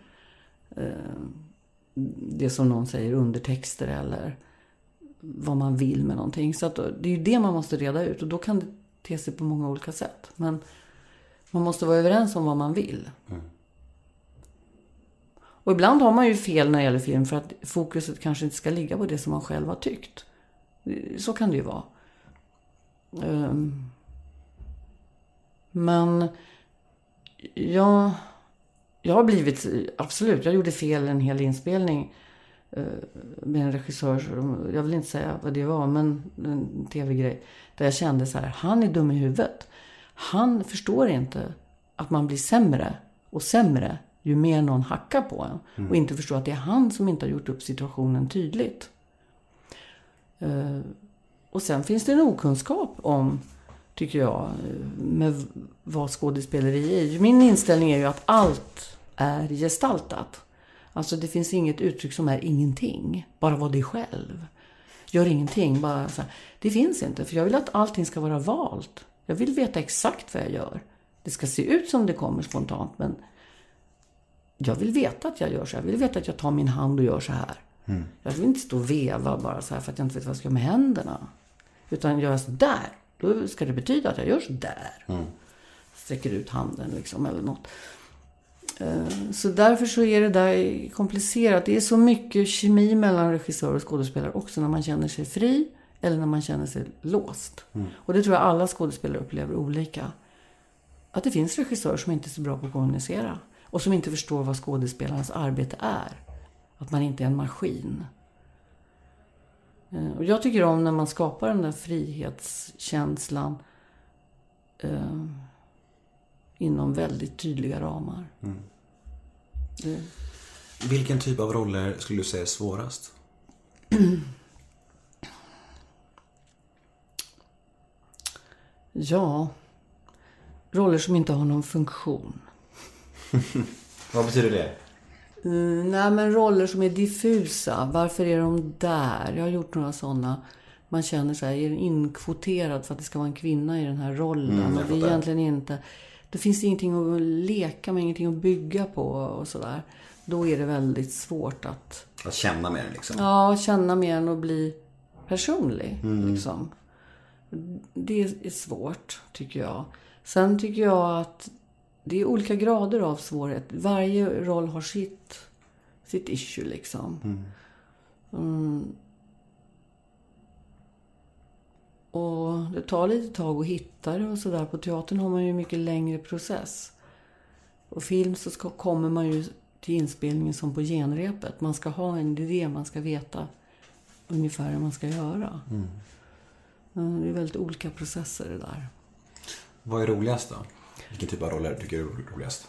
Det som någon säger, undertexter eller vad man vill med någonting. Så att det är ju det man måste reda ut. Och då kan det te sig på många olika sätt. Men man måste vara överens om vad man vill. Mm. Och ibland har man ju fel när det gäller film. För att fokuset kanske inte ska ligga på det som man själv har tyckt. Så kan det ju vara. Um, men jag, jag har blivit, absolut, jag gjorde fel en hel inspelning. med en regissör, jag vill inte säga vad det var, men en tv-grej där jag kände så här, han är dum i huvudet. Han förstår inte att man blir sämre och sämre ju mer någon hackar på en. Mm. Och inte förstår att det är han som inte har gjort upp situationen tydligt. Uh, och sen finns det en okunskap om, tycker jag, med vad skådespeleri är. Min inställning är ju att allt är gestaltat. Alltså det finns inget uttryck som är ingenting. Bara var dig själv. Gör ingenting. Bara så här. Det finns inte. För jag vill att allting ska vara valt. Jag vill veta exakt vad jag gör. Det ska se ut som det kommer spontant. Men jag vill veta att jag gör så här. Jag vill veta att jag tar min hand och gör så här. Mm. Jag vill inte stå och veva bara så här för att jag inte vet vad jag ska göra med händerna. Utan göra så där. Då ska det betyda att jag gör så där. Mm. Sträcker ut handen liksom eller något. Så därför så är det där komplicerat. Det är så mycket kemi mellan regissör och skådespelare också när man känner sig fri eller när man känner sig låst. Mm. Och det tror jag alla skådespelare upplever olika. Att det finns regissörer som inte är så bra på att kommunicera och som inte förstår vad skådespelarens arbete är. Att man inte är en maskin. Och jag tycker om när man skapar den där frihetskänslan eh, inom väldigt tydliga ramar. Mm. Det. Vilken typ av roller skulle du säga är svårast? Ja, roller som inte har någon funktion. Vad betyder det? Mm, nej, men roller som är diffusa. Varför är de där? Jag har gjort några sådana. Man känner så här, är den inkvoterad för att det ska vara en kvinna i den här rollen? Mm, och det är egentligen inte... Det finns ingenting att leka med, ingenting att bygga på och sådär. Då är det väldigt svårt att... Att känna med den liksom. Ja, känna med den och bli personlig mm. liksom. Det är svårt, tycker jag. Sen tycker jag att det är olika grader av svårighet. Varje roll har sitt, sitt issue liksom. Mm. Mm. Och det tar lite tag att hitta det och sådär. På teatern har man ju mycket längre process. Och film så ska, kommer man ju till inspelningen som på genrepet. Man ska ha en idé, man ska veta ungefär hur man ska göra. Mm. Det är väldigt olika processer det där. Vad är roligast då? Vilken typ av roller tycker du är roligast?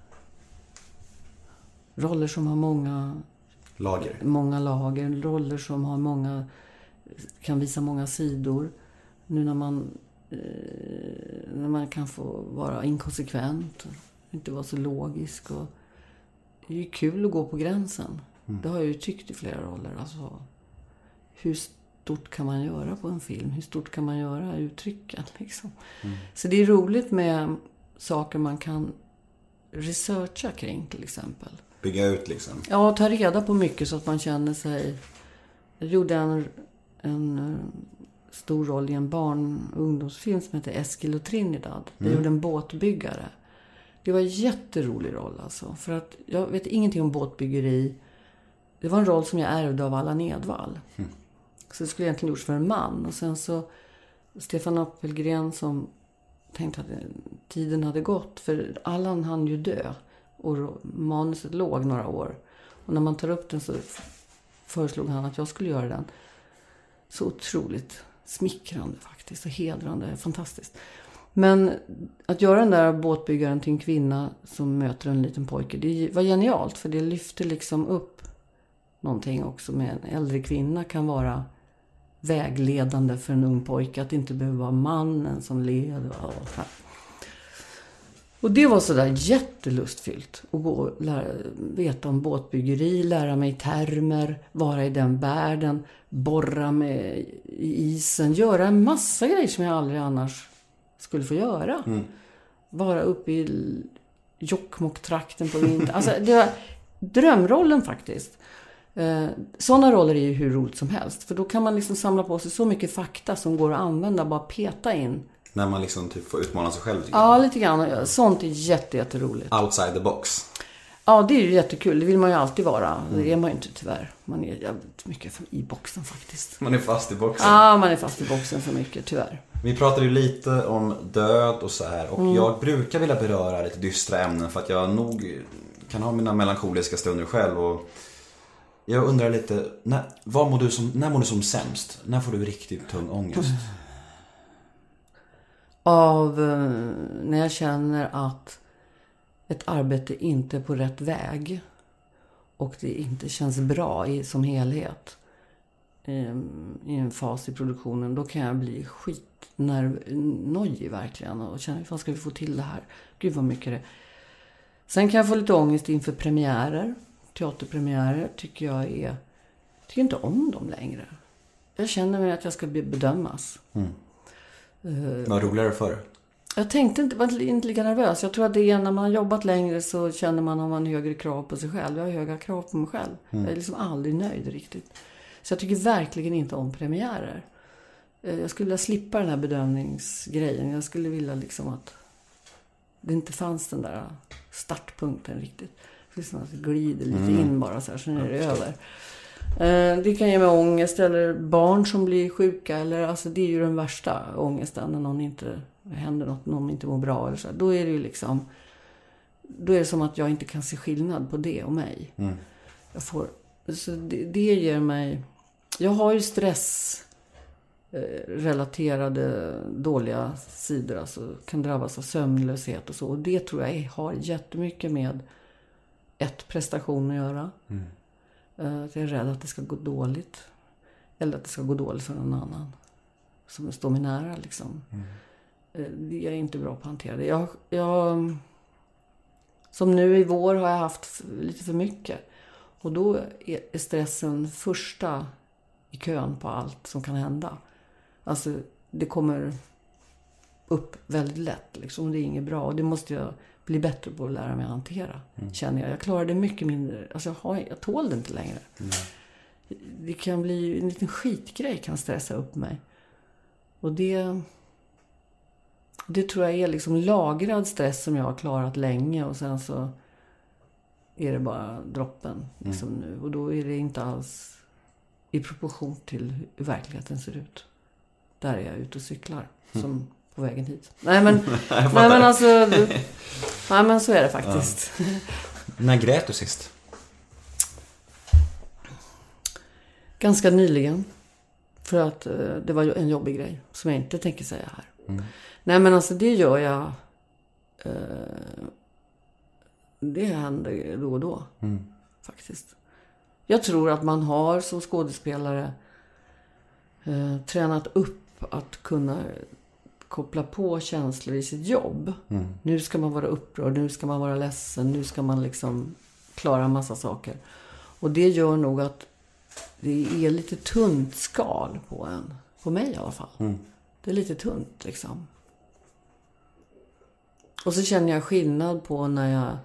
Roller som har många lager. Många lager. Roller som har många, kan visa många sidor. Nu när man, eh, när man kan få vara inkonsekvent. Inte vara så logisk. Och det är ju kul att gå på gränsen. Mm. Det har jag ju tyckt i flera roller. Alltså, hur stort kan man göra på en film? Hur stort kan man göra uttrycken? Liksom? Mm. Så det är roligt med saker man kan researcha kring till exempel. Bygga ut liksom? Ja, ta reda på mycket så att man känner sig... Jag gjorde en, en stor roll i en barn- och ungdomsfilm som heter Eskil och Trinidad. Jag mm. gjorde en båtbyggare. Det var en jätterolig roll alltså. För att jag vet ingenting om båtbyggeri. Det var en roll som jag ärvde av Allan Edwall. Mm. Så det skulle egentligen gjorts för en man. Och sen så Stefan Appelgren som tänkte att tiden hade gått. För Allan hann ju dö. Och manuset låg några år. Och när man tar upp den så föreslog han att jag skulle göra den. Så otroligt smickrande faktiskt. Och hedrande. Fantastiskt. Men att göra den där båtbyggaren till en kvinna som möter en liten pojke. Det var genialt. För det lyfter liksom upp någonting också med en äldre kvinna kan vara vägledande för en ung pojke. Att det inte behöver vara mannen som leder. Och det var sådär jättelustfyllt. Att gå och lära, veta om båtbyggeri, lära mig termer, vara i den världen, borra med i isen. Göra en massa grejer som jag aldrig annars skulle få göra. Mm. Vara uppe i Jokkmokk-trakten på vintern. Alltså det var drömrollen faktiskt. Eh, sådana roller är ju hur roligt som helst. För då kan man liksom samla på sig så mycket fakta som går att använda. Bara peta in. När man liksom typ får utmana sig själv. Ja, lite grann. Sånt är jätte, jätteroligt. Outside the box. Ja, det är ju jättekul. Det vill man ju alltid vara. Det är man ju inte tyvärr. Man är jävligt mycket i boxen faktiskt. Man är fast i boxen. Ja, man är fast i boxen för mycket, tyvärr. Vi pratade ju lite om död och så här. Och mm. jag brukar vilja beröra lite dystra ämnen. För att jag nog kan ha mina melankoliska stunder själv. Och Jag undrar lite, när, vad mår du som, när mår du som sämst? När får du riktigt tung ångest? Av när jag känner att ett arbete inte är på rätt väg och det inte känns bra i, som helhet i, i en fas i produktionen, då kan jag bli skitnojig verkligen och känna, vad ska vi få till det här? Gud vad mycket det. Sen kan jag få lite ångest inför premiärer. Teaterpremiärer tycker jag är, tycker inte om dem längre. Jag känner mig att jag ska bedömas. Mm. Uh, Vad roligare för? Jag tänkte inte, var inte lika nervös. Jag tror att det är när man har jobbat längre så känner man att man har högre krav på sig själv. Jag har höga krav på mig själv. Mm. Jag är liksom aldrig nöjd riktigt. Så jag tycker verkligen inte om premiärer. Uh, jag skulle vilja slippa den här bedömningsgrejen. Jag skulle vilja liksom att det inte fanns den där startpunkten riktigt. Liksom att det glider lite mm. in bara så här, sen är det över. Det kan ge mig ångest eller barn som blir sjuka eller alltså det är ju den värsta ångesten när någon inte händer något, någon inte mår bra eller så. Då är det ju liksom då är det som att jag inte kan se skillnad på det och mig. Mm. Jag får så det, det ger mig jag har ju stress relaterade dåliga sidor, alltså kan drabbas av sömnlöshet och så, och det tror jag har jättemycket med ett prestation att göra. Mm. Uh, jag är rädd att det ska gå dåligt. Eller att det ska gå dåligt för någon annan. Som står mig nära liksom. Mm. Uh, det är inte bra på att hantera det. Jag, jag, som nu i vår har jag haft lite för mycket. Och då är stressen första i kön på allt som kan hända. Alltså det kommer upp väldigt lätt liksom. Det är inget bra. Och det måste jag bli bättre på att lära mig att hantera. Mm. Känner jag. Jag klarar det mycket mindre. Alltså jag, har, jag tål det inte längre. Mm. Det kan bli en liten skitgrej kan stressa upp mig. Och det det tror jag är liksom lagrad stress som jag har klarat länge. Och sen så är det bara droppen liksom mm. nu. Och då är det inte alls i proportion till hur verkligheten ser ut. Där är jag ute och cyklar. Som mm. på vägen hit. Nej men, nej, men alltså nej men så är det faktiskt. Ja. När grät du sist? Ganska nyligen. För att uh, det var en jobbig grej som jag inte tänker säga här. Mm. Nej men alltså det gör jag uh, det händer då och då. Mm. Faktiskt. Jag tror att man har som skådespelare uh, tränat upp att kunna koppla på känslor i sitt jobb. Mm. Nu ska man vara upprörd, nu ska man vara ledsen, nu ska man liksom klara en massa saker. Och det gör nog att det är lite tunt skal på en. På mig i alla fall. Mm. Det är lite tunt liksom. Och så känner jag skillnad på när jag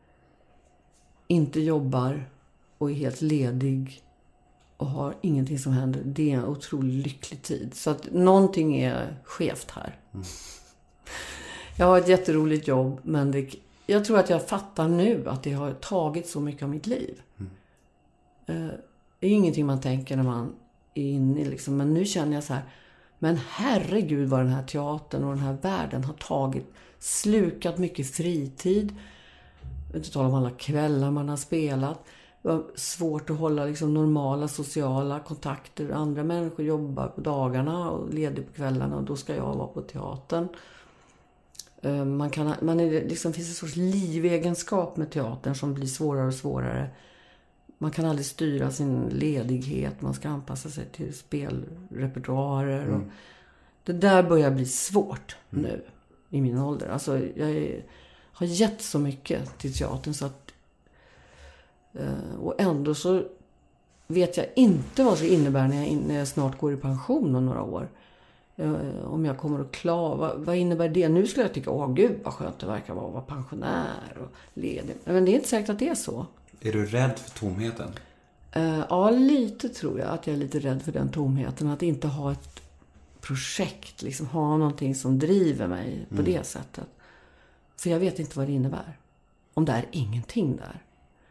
inte jobbar och är helt ledig och har ingenting som händer. Det är en otroligt lycklig tid. Så att någonting är skevt här. Mm. Jag har ett jätteroligt jobb, men det, jag tror att jag fattar nu att det har tagit så mycket av mitt liv. Mm. Uh, det är ingenting man tänker när man är inne liksom. Men nu känner jag så här, men herregud vad den här teatern och den här världen har tagit, slukat mycket fritid. Jag vet inte tala om alla kvällar man har spelat. Det var svårt att hålla liksom normala sociala kontakter. Andra människor jobbar på dagarna och leder på kvällarna, och då ska jag vara på teatern. Man kan, man är, liksom, finns en sorts livegenskap med teatern som blir svårare och svårare. Man kan aldrig styra sin ledighet. Man ska anpassa sig till spelrepertoarer. Mm. Och det där börjar bli svårt mm. nu i min ålder. Alltså, jag är, har gett så mycket till teatern så att och ändå så vet jag inte vad det innebär när jag, när jag snart går i pension om några år. Om jag kommer att klara, vad, vad innebär det? Nu skulle jag tycka, åh gud vad skönt det verkar vara att vara pensionär och ledig. Men det är inte säkert att det är så. Är du rädd för tomheten? Uh, ja, lite tror jag att jag är lite rädd för den tomheten. Att inte ha ett projekt, liksom ha någonting som driver mig på mm. det sättet. För jag vet inte vad det innebär. Om det är ingenting där.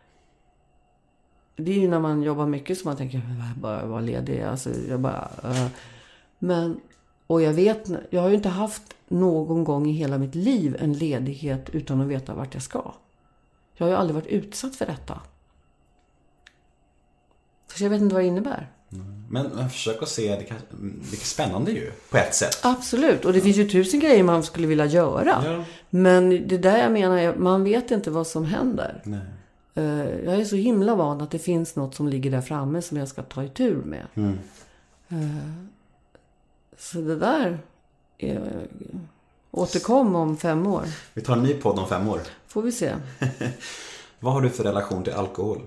Det är ju när man jobbar mycket som man tänker, jag bara vara ledig. Alltså, jag bara, uh. Men, och jag vet, jag har ju inte haft någon gång i hela mitt liv en ledighet utan att veta vart jag ska. Jag har ju aldrig varit utsatt för detta. Så jag vet inte vad det innebär. Mm. Men, men försök att se, det, kan, det är spännande ju, på ett sätt. Absolut, och det ja. finns ju tusen grejer man skulle vilja göra. Ja. Men det där jag menar, man vet inte vad som händer. Nej. Jag är så himla van att det finns något som ligger där framme som jag ska ta i tur med. Mm. Så det där är, återkom om fem år. Vi tar en ny podd om fem år. Får vi se. Vad har du för relation till alkohol?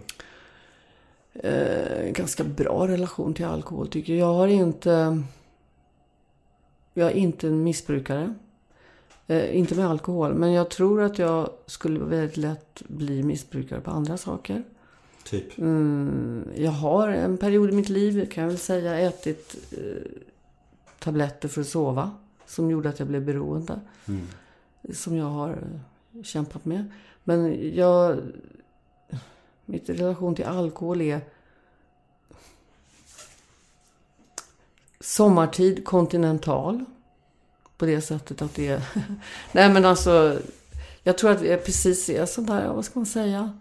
Eh, ganska bra relation till alkohol tycker jag. Jag har inte... Jag är inte en missbrukare. Eh, inte med alkohol. Men jag tror att jag skulle väldigt lätt bli missbrukare på andra saker. Typ? Mm, jag har en period i mitt liv, kan jag väl säga, ätit eh, tabletter för att sova. Som gjorde att jag blev beroende. Mm. Som jag har eh, kämpat med. Men jag... Mitt relation till alkohol är sommartid kontinental. På det sättet att det är... Nej men alltså, jag tror att vi är precis är sån där, vad ska man säga?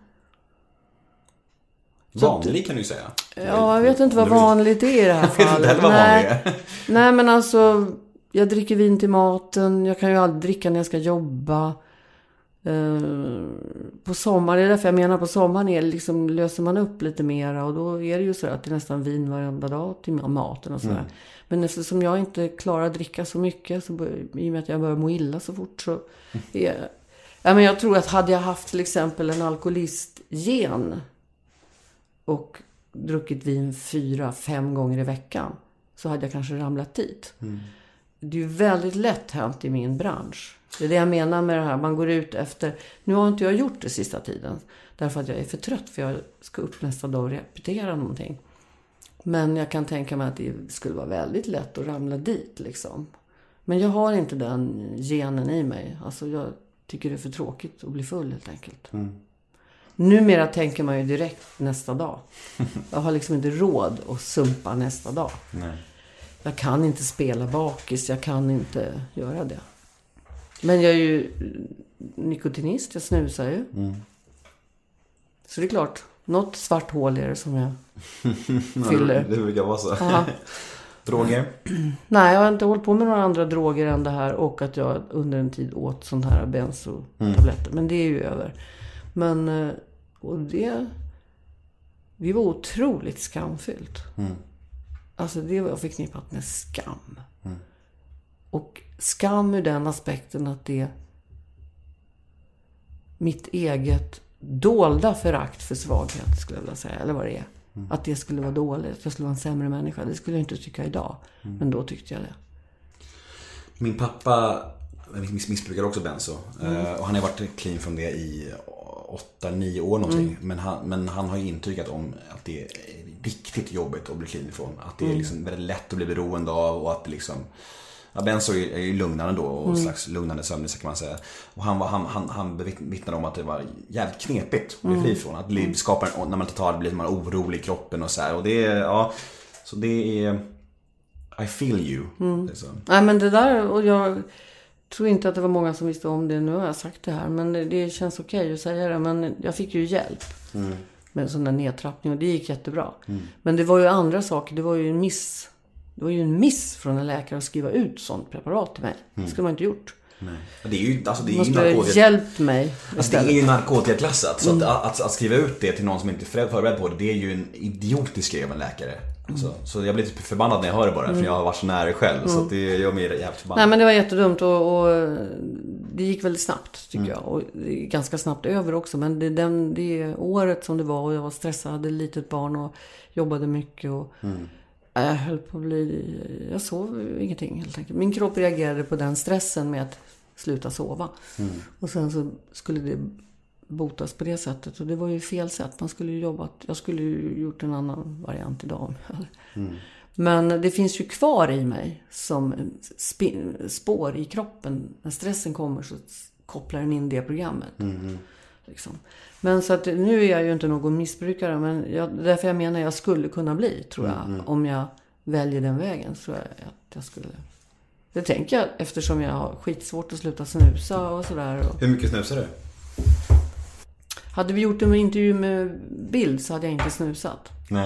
Vanlig kan du säga. Ja, jag vet inte vad vanligt är i det här fallet. Jag vet inte vad Nej. vanligt är. Nej men alltså, jag dricker vin till maten. Jag kan ju aldrig dricka när jag ska jobba. Uh, på sommar, det är därför jag menar på sommaren är liksom, löser man upp lite mera och då är det ju så att det är nästan vin varenda dag till maten och sådär. Mm. Men eftersom jag inte klarar att dricka så mycket så bör, i och med att jag börjar må illa så fort så är, ja, men jag tror att hade jag haft till exempel en alkoholistgen och druckit vin fyra, fem gånger i veckan så hade jag kanske ramlat dit. Mm. Det är ju väldigt lätt hänt i min bransch. Det är det jag menar med det här. Man går ut efter... Nu har inte jag gjort det sista tiden. Därför att jag är för trött. För jag ska upp nästa dag och repetera någonting. Men jag kan tänka mig att det skulle vara väldigt lätt att ramla dit. Liksom. Men jag har inte den genen i mig. Alltså jag tycker det är för tråkigt att bli full helt enkelt. Mm. Numera tänker man ju direkt nästa dag. Jag har liksom inte råd att sumpa nästa dag. Nej. Jag kan inte spela bakis. Jag kan inte göra det. Men jag är ju nikotinist, jag snusar ju. Mm. Så det är klart, något svart hål är det som jag fyller. Det brukar vara så. Droger? Nej, jag har inte hållit på med några andra droger än det här. Och att jag under en tid åt sån här benzotabletter. Mm. Men det är ju över. Men, och det, det var otroligt skamfyllt. Mm. Alltså det var förknippat med skam. Mm. Och skam ur den aspekten att det mitt eget dolda förakt för svaghet skulle jag vilja säga, eller vad det är. Mm. Att det skulle vara dåligt, att jag skulle vara en sämre människa. Det skulle jag inte tycka idag. Mm. Men då tyckte jag det. Min pappa missbrukar också benzo. Mm. Och han har varit clean från det i åtta, nio år någonting. Mm. Men, han, men han har ju intygat om att det är riktigt jobbigt att bli clean ifrån. Att det är liksom väldigt lätt att bli beroende av och att det liksom... Ja, benzo är ju lugnande då och mm. slags lugnande sömn kan man säga. Och han, var, han, han, han vittnade om att det var jävligt knepigt att bli fri från. Att bli, skapar, när man tar det blir man orolig i kroppen och så här. Och det är, ja, så det är... I feel you. Mm. Nej men det där, och jag tror inte att det var många som visste om det. Nu har jag sagt det här, men det, det känns okej okay att säga det. Men jag fick ju hjälp mm. med en sån där nedtrappning och det gick jättebra. Mm. Men det var ju andra saker, det var ju en miss... Det var ju en miss från en läkare att skriva ut sånt preparat till mig. Mm. Det skulle man inte gjort. Nej. Det är ju, alltså det är man ju skulle ha hjälpt mig. Alltså det är ju narkotikaklassat. Så mm. att, att, att skriva ut det till någon som inte är förberedd på det, det är ju en idiotisk grej av en läkare. Alltså, mm. Så jag blir typ förbannad när jag hör det bara. Mm. För jag har varit så nära själv. Mm. Så att det gör mig jävligt förbannad. Nej men det var jättedumt. Och, och det gick väldigt snabbt tycker mm. jag. Och ganska snabbt över också. Men det, den, det året som det var. Och jag var stressad, hade ett litet barn och jobbade mycket. Och... Mm. Jag höll på att bli... Jag sov ingenting helt enkelt. Min kropp reagerade på den stressen med att sluta sova. Mm. Och sen så skulle det botas på det sättet. Och det var ju fel sätt. Man skulle ju jobbat... Jag skulle ju gjort en annan variant idag. Mm. Men det finns ju kvar i mig som sp- spår i kroppen. När stressen kommer så kopplar den in det programmet. Mm. Liksom. Men så att nu är jag ju inte någon missbrukare, men jag, därför jag menar jag skulle kunna bli, tror jag. Mm, mm. Om jag väljer den vägen så jag att jag skulle. Det tänker jag eftersom jag har skitsvårt att sluta snusa och sådär. Och... Hur mycket snusar du? Hade vi gjort en intervju med Bild så hade jag inte snusat. Nej.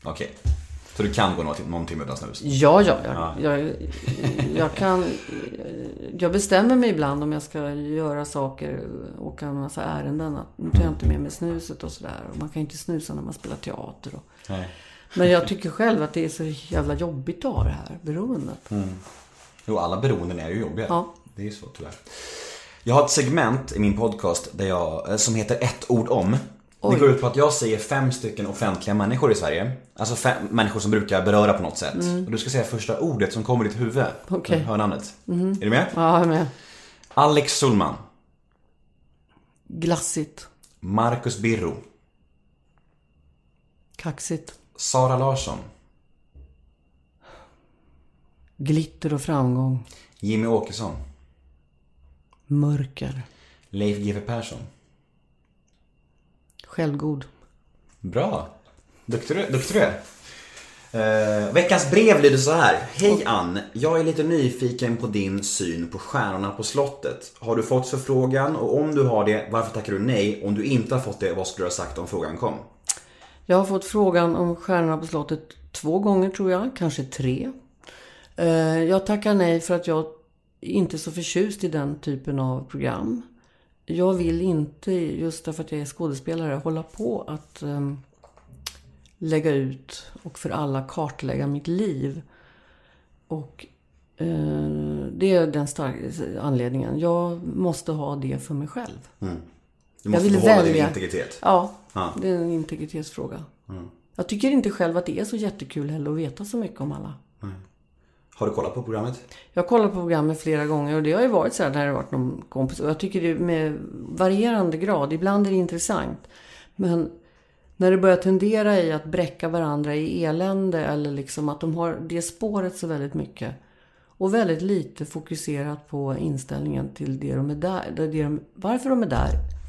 Okej. Så du kan gå någon, någon timme utan snus? Ja, ja, jag, Ja. jag, jag kan... Jag bestämmer mig ibland om jag ska göra saker, åka en massa ärenden. Att nu tar jag inte med mig snuset och sådär. Och man kan inte snusa när man spelar teater. Och. Nej. Men jag tycker själv att det är så jävla jobbigt att ha det här beroendet. Mm. Jo, alla beroenden är ju jobbiga. Ja. Det är så tyvärr. Jag har ett segment i min podcast där jag, som heter ett ord om. Oj. Det går ut på att jag säger fem stycken offentliga människor i Sverige. Alltså fem människor som brukar beröra på något sätt. Mm. Och du ska säga första ordet som kommer i ditt huvud. Okej. Hör namnet. Mm. Är du med? Ja, jag är med. Alex Sullman. Glassigt. Marcus Birro. Kaxigt. Sara Larsson. Glitter och framgång. Jimmy Åkesson. Mörker. Leif G W Persson. Självgod. Bra. Duktig du, duktig du är. Uh, veckans brev lyder så här. Hej Ann, jag är lite nyfiken på din syn på stjärnorna på slottet. Har du fått förfrågan? Och om du har det, varför tackar du nej? Om du inte har fått det, vad skulle du ha sagt om frågan kom? Jag har fått frågan om stjärnorna på slottet två gånger tror jag. Kanske tre. Uh, jag tackar nej för att jag inte är så förtjust i den typen av program. Jag vill inte, just därför att jag är skådespelare, hålla på att um, lägga ut och för alla kartlägga mitt liv. Och uh, det är den starka anledningen. Jag måste ha det för mig själv. Mm. Du måste jag vill behålla välja. din integritet. Ja, Ja. det är en integritetsfråga. Mm. Jag tycker inte själv att det är så jättekul heller att veta så mycket om alla. Mm. Har du kollat på programmet? Jag har kollat på programmet flera gånger och det har ju varit så här när det har varit någon kompis. Och jag tycker det är med varierande grad. Ibland är det intressant. Men när det börjar tendera i att bräcka varandra i elände eller liksom att de har det spåret så väldigt mycket. Och väldigt lite fokuserat på inställningen till det de är där. Det de, varför de är där.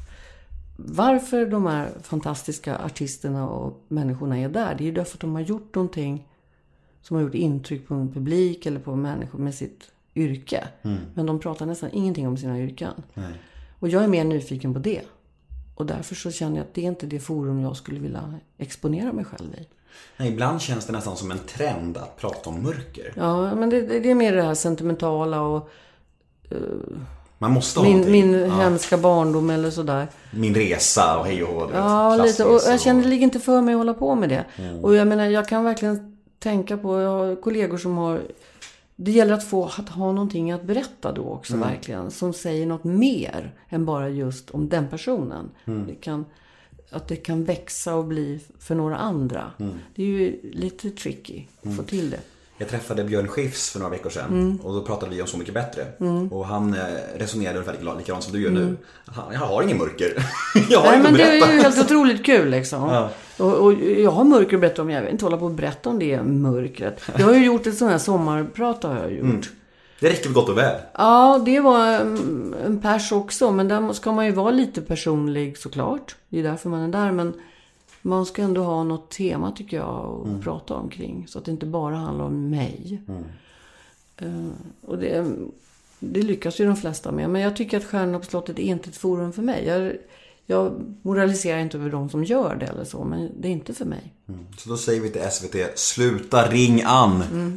Varför de här fantastiska artisterna och människorna är där. Det är ju därför att de har gjort någonting som har gjort intryck på en publik eller på människor med sitt yrke. Mm. Men de pratar nästan ingenting om sina yrken. Nej. Och jag är mer nyfiken på det. Och därför så känner jag att det är inte det forum jag skulle vilja exponera mig själv i. Nej, ibland känns det nästan som en trend att prata om mörker. Ja, men det, det är mer det här sentimentala och... Uh, Man måste ha min, någonting. min ja. hemska barndom eller sådär. Min resa och hej och hå. Ja, lite. Och jag känner det ligger inte för mig att hålla på med det. Mm. Och jag menar, jag kan verkligen tänka på, jag har kollegor som har, det gäller att få att ha någonting att berätta då också mm. verkligen, som säger något mer än bara just om den personen. Mm. Det kan, att det kan växa och bli för några andra. Mm. Det är ju lite tricky att mm. få till det. Jag träffade Björn Skifs för några veckor sedan mm. och då pratade vi om Så mycket bättre. Mm. Och han resonerade ungefär likadant som du gör mm. nu. Jag har ingen mörker. jag har Nej, inte men det berätta. är ju helt otroligt kul liksom. Ja. Och, och jag har mörker att berätta om. Jag vill inte hålla på att berätta om det mörkret. Jag har ju gjort ett sån här sommarprat har jag gjort. Mm. Det räcker väl gott och väl? Ja, det var en pers också. Men där ska man ju vara lite personlig såklart. Det är därför man är där. Men man ska ändå ha något tema tycker jag att mm. prata omkring. Så att det inte bara handlar om mig. Mm. Uh, och det, det lyckas ju de flesta med. Men jag tycker att Stjärnorna på slottet är inte ett forum för mig. Jag, jag moraliserar inte över de som gör det eller så. Men det är inte för mig. Mm. Så då säger vi till S V T, sluta ring Ann. Mm.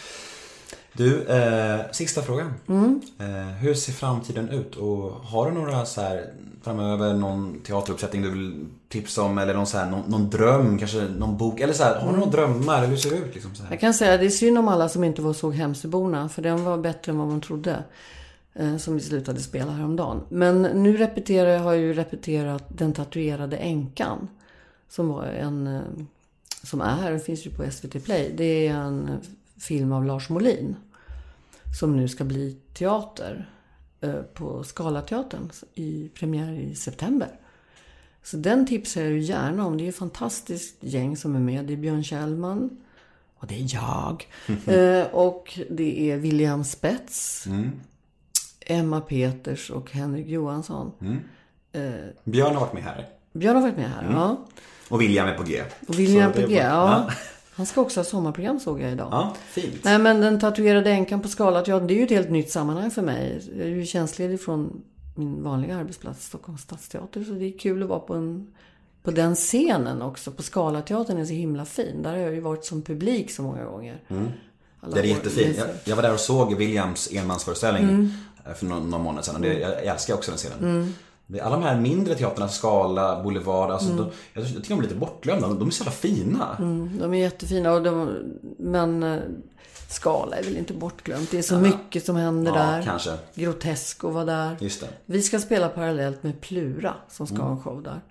Du, eh, sista frågan. Mm. Eh, hur ser framtiden ut? Och har du några så här framöver, någon teateruppsättning du vill tipsa om? Eller någon, så här, någon, någon dröm, kanske någon bok? Eller så här, har du mm. några drömmar? Eller hur ser det ut? Liksom, så här? Jag kan säga att det är synd om alla som inte var såg Hemsöborna. För den var bättre än vad man trodde. Eh, som vi slutade spela häromdagen. Men nu repeterar jag, har jag ju repeterat Den tatuerade änkan. Som var en... Eh, som är, det finns ju på S V T Play. Det är en film av Lars Molin. Som nu ska bli teater eh, på Scalateatern i premiär i september. Så den tipsar jag ju gärna om. Det är ett fantastiskt gäng som är med. Det är Björn Kjellman och det är jag. eh, och det är William Spets, mm. Emma Peters och Henrik Johansson. Mm. Eh, Björn har varit med här. Björn har varit med här, mm. ja. Och William är på G. Och William är på G, ja. ja. Han ska också ha sommarprogram såg jag idag. Ja, fint. Nej, men Den tatuerade änkan på Skalat, ja, det är ju ett helt nytt sammanhang för mig. Jag är ju tjänstledig från min vanliga arbetsplats, Stockholms stadsteater. Så det är kul att vara på en på den scenen också. På Scalateatern är så himla fin. Där har jag ju varit som publik så många gånger. Mm. Det är jättefint. Jag, jag var där och såg Williams enmansföreställning mm. för någon, någon månad sedan. Och det, jag älskar också den scenen. Mm. Alla de här mindre teaterna, Skala, Boulevard, alltså mm. de, jag tycker de är lite bortglömda. De är så jävla fina. Mm, de är jättefina. Och de, men Skala är väl inte bortglömt. Det är så ja. mycket som händer ja, där. Kanske. Grotesco var där. Just det. Vi ska spela parallellt med Plura som ska mm. ha en show där.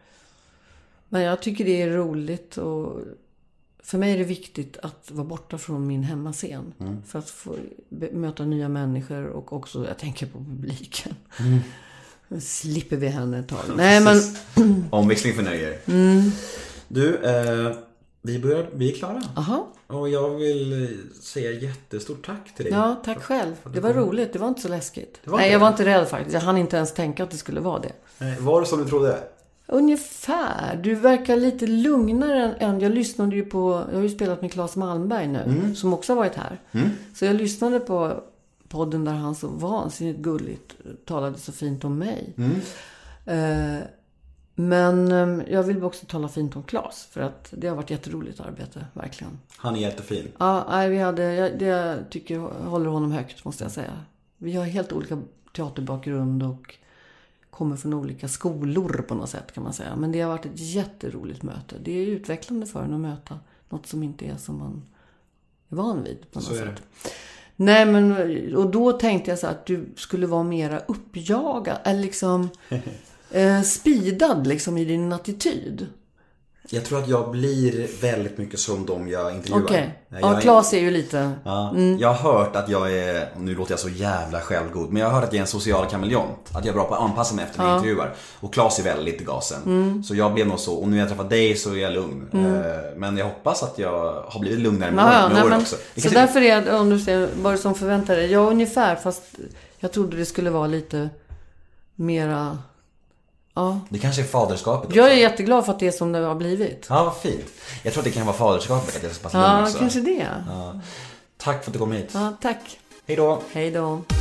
Men jag tycker det är roligt och för mig är det viktigt att vara borta från min hemmascen. Mm. För att få möta nya människor och också, jag tänker på publiken. Mm. Nu slipper vi henne ett tag. Nej, men... Omväxling för nöjer. Mm. Du, eh, vi, börjar, vi är klara. Aha. Och jag vill säga jättestort tack till dig. Ja, tack själv. Det var roligt, det var inte så läskigt. Var Nej, inte jag var inte rädd faktiskt. Jag hann inte ens tänka att det skulle vara det. Nej, var det som du trodde? Ungefär. Du verkar lite lugnare än... Jag lyssnade ju på... Jag har ju spelat med Claes Malmberg nu. Mm. Som också har varit här. Mm. Så jag lyssnade på podden där han så vansinnigt gulligt talade så fint om mig. Mm. Eh, men eh, jag vill också tala fint om Claes. För att det har varit jätteroligt arbete. Verkligen. Han är jättefin. Ja, nej, vi hade... Jag, det jag tycker jag håller honom högt, måste jag säga. Vi har helt olika teaterbakgrund och... kommer från olika skolor på något sätt kan man säga. Men det har varit ett jätteroligt möte. Det är utvecklande för en att möta något som inte är som man är van vid på något sätt. Nej, men och då tänkte jag så att du skulle vara mera uppjagad eller liksom eh, speedad liksom i din attityd. Jag tror att jag blir väldigt mycket som de jag intervjuar. Okej. Okay. Ja, Claes är ju lite... Ja, mm. Jag har hört att jag är... Nu låter jag så jävla självgod. Men jag har hört att jag är en social kameleont. Att jag är bra på att anpassa mig efter när jag ja. intervjuar. Och Claes är väldigt i gasen. Mm. Så jag blev nog så... Och nu när jag träffat dig så är jag lugn. Mm. Men jag hoppas att jag har blivit lugnare med, ja, med nej, åren men, också. Så kanske... därför är det, om du säger vad det som förväntar dig. Jag ungefär, fast jag trodde det skulle vara lite mera... Ja. Det kanske är faderskapet också. Jag är jätteglad för att det är som det har blivit. Ja, vad fint. Jag tror att det kan vara faderskapet att jag ska passa ja, också. Kanske det. Ja. Tack för att du kom hit. Ja, tack. Hej då. Hej då.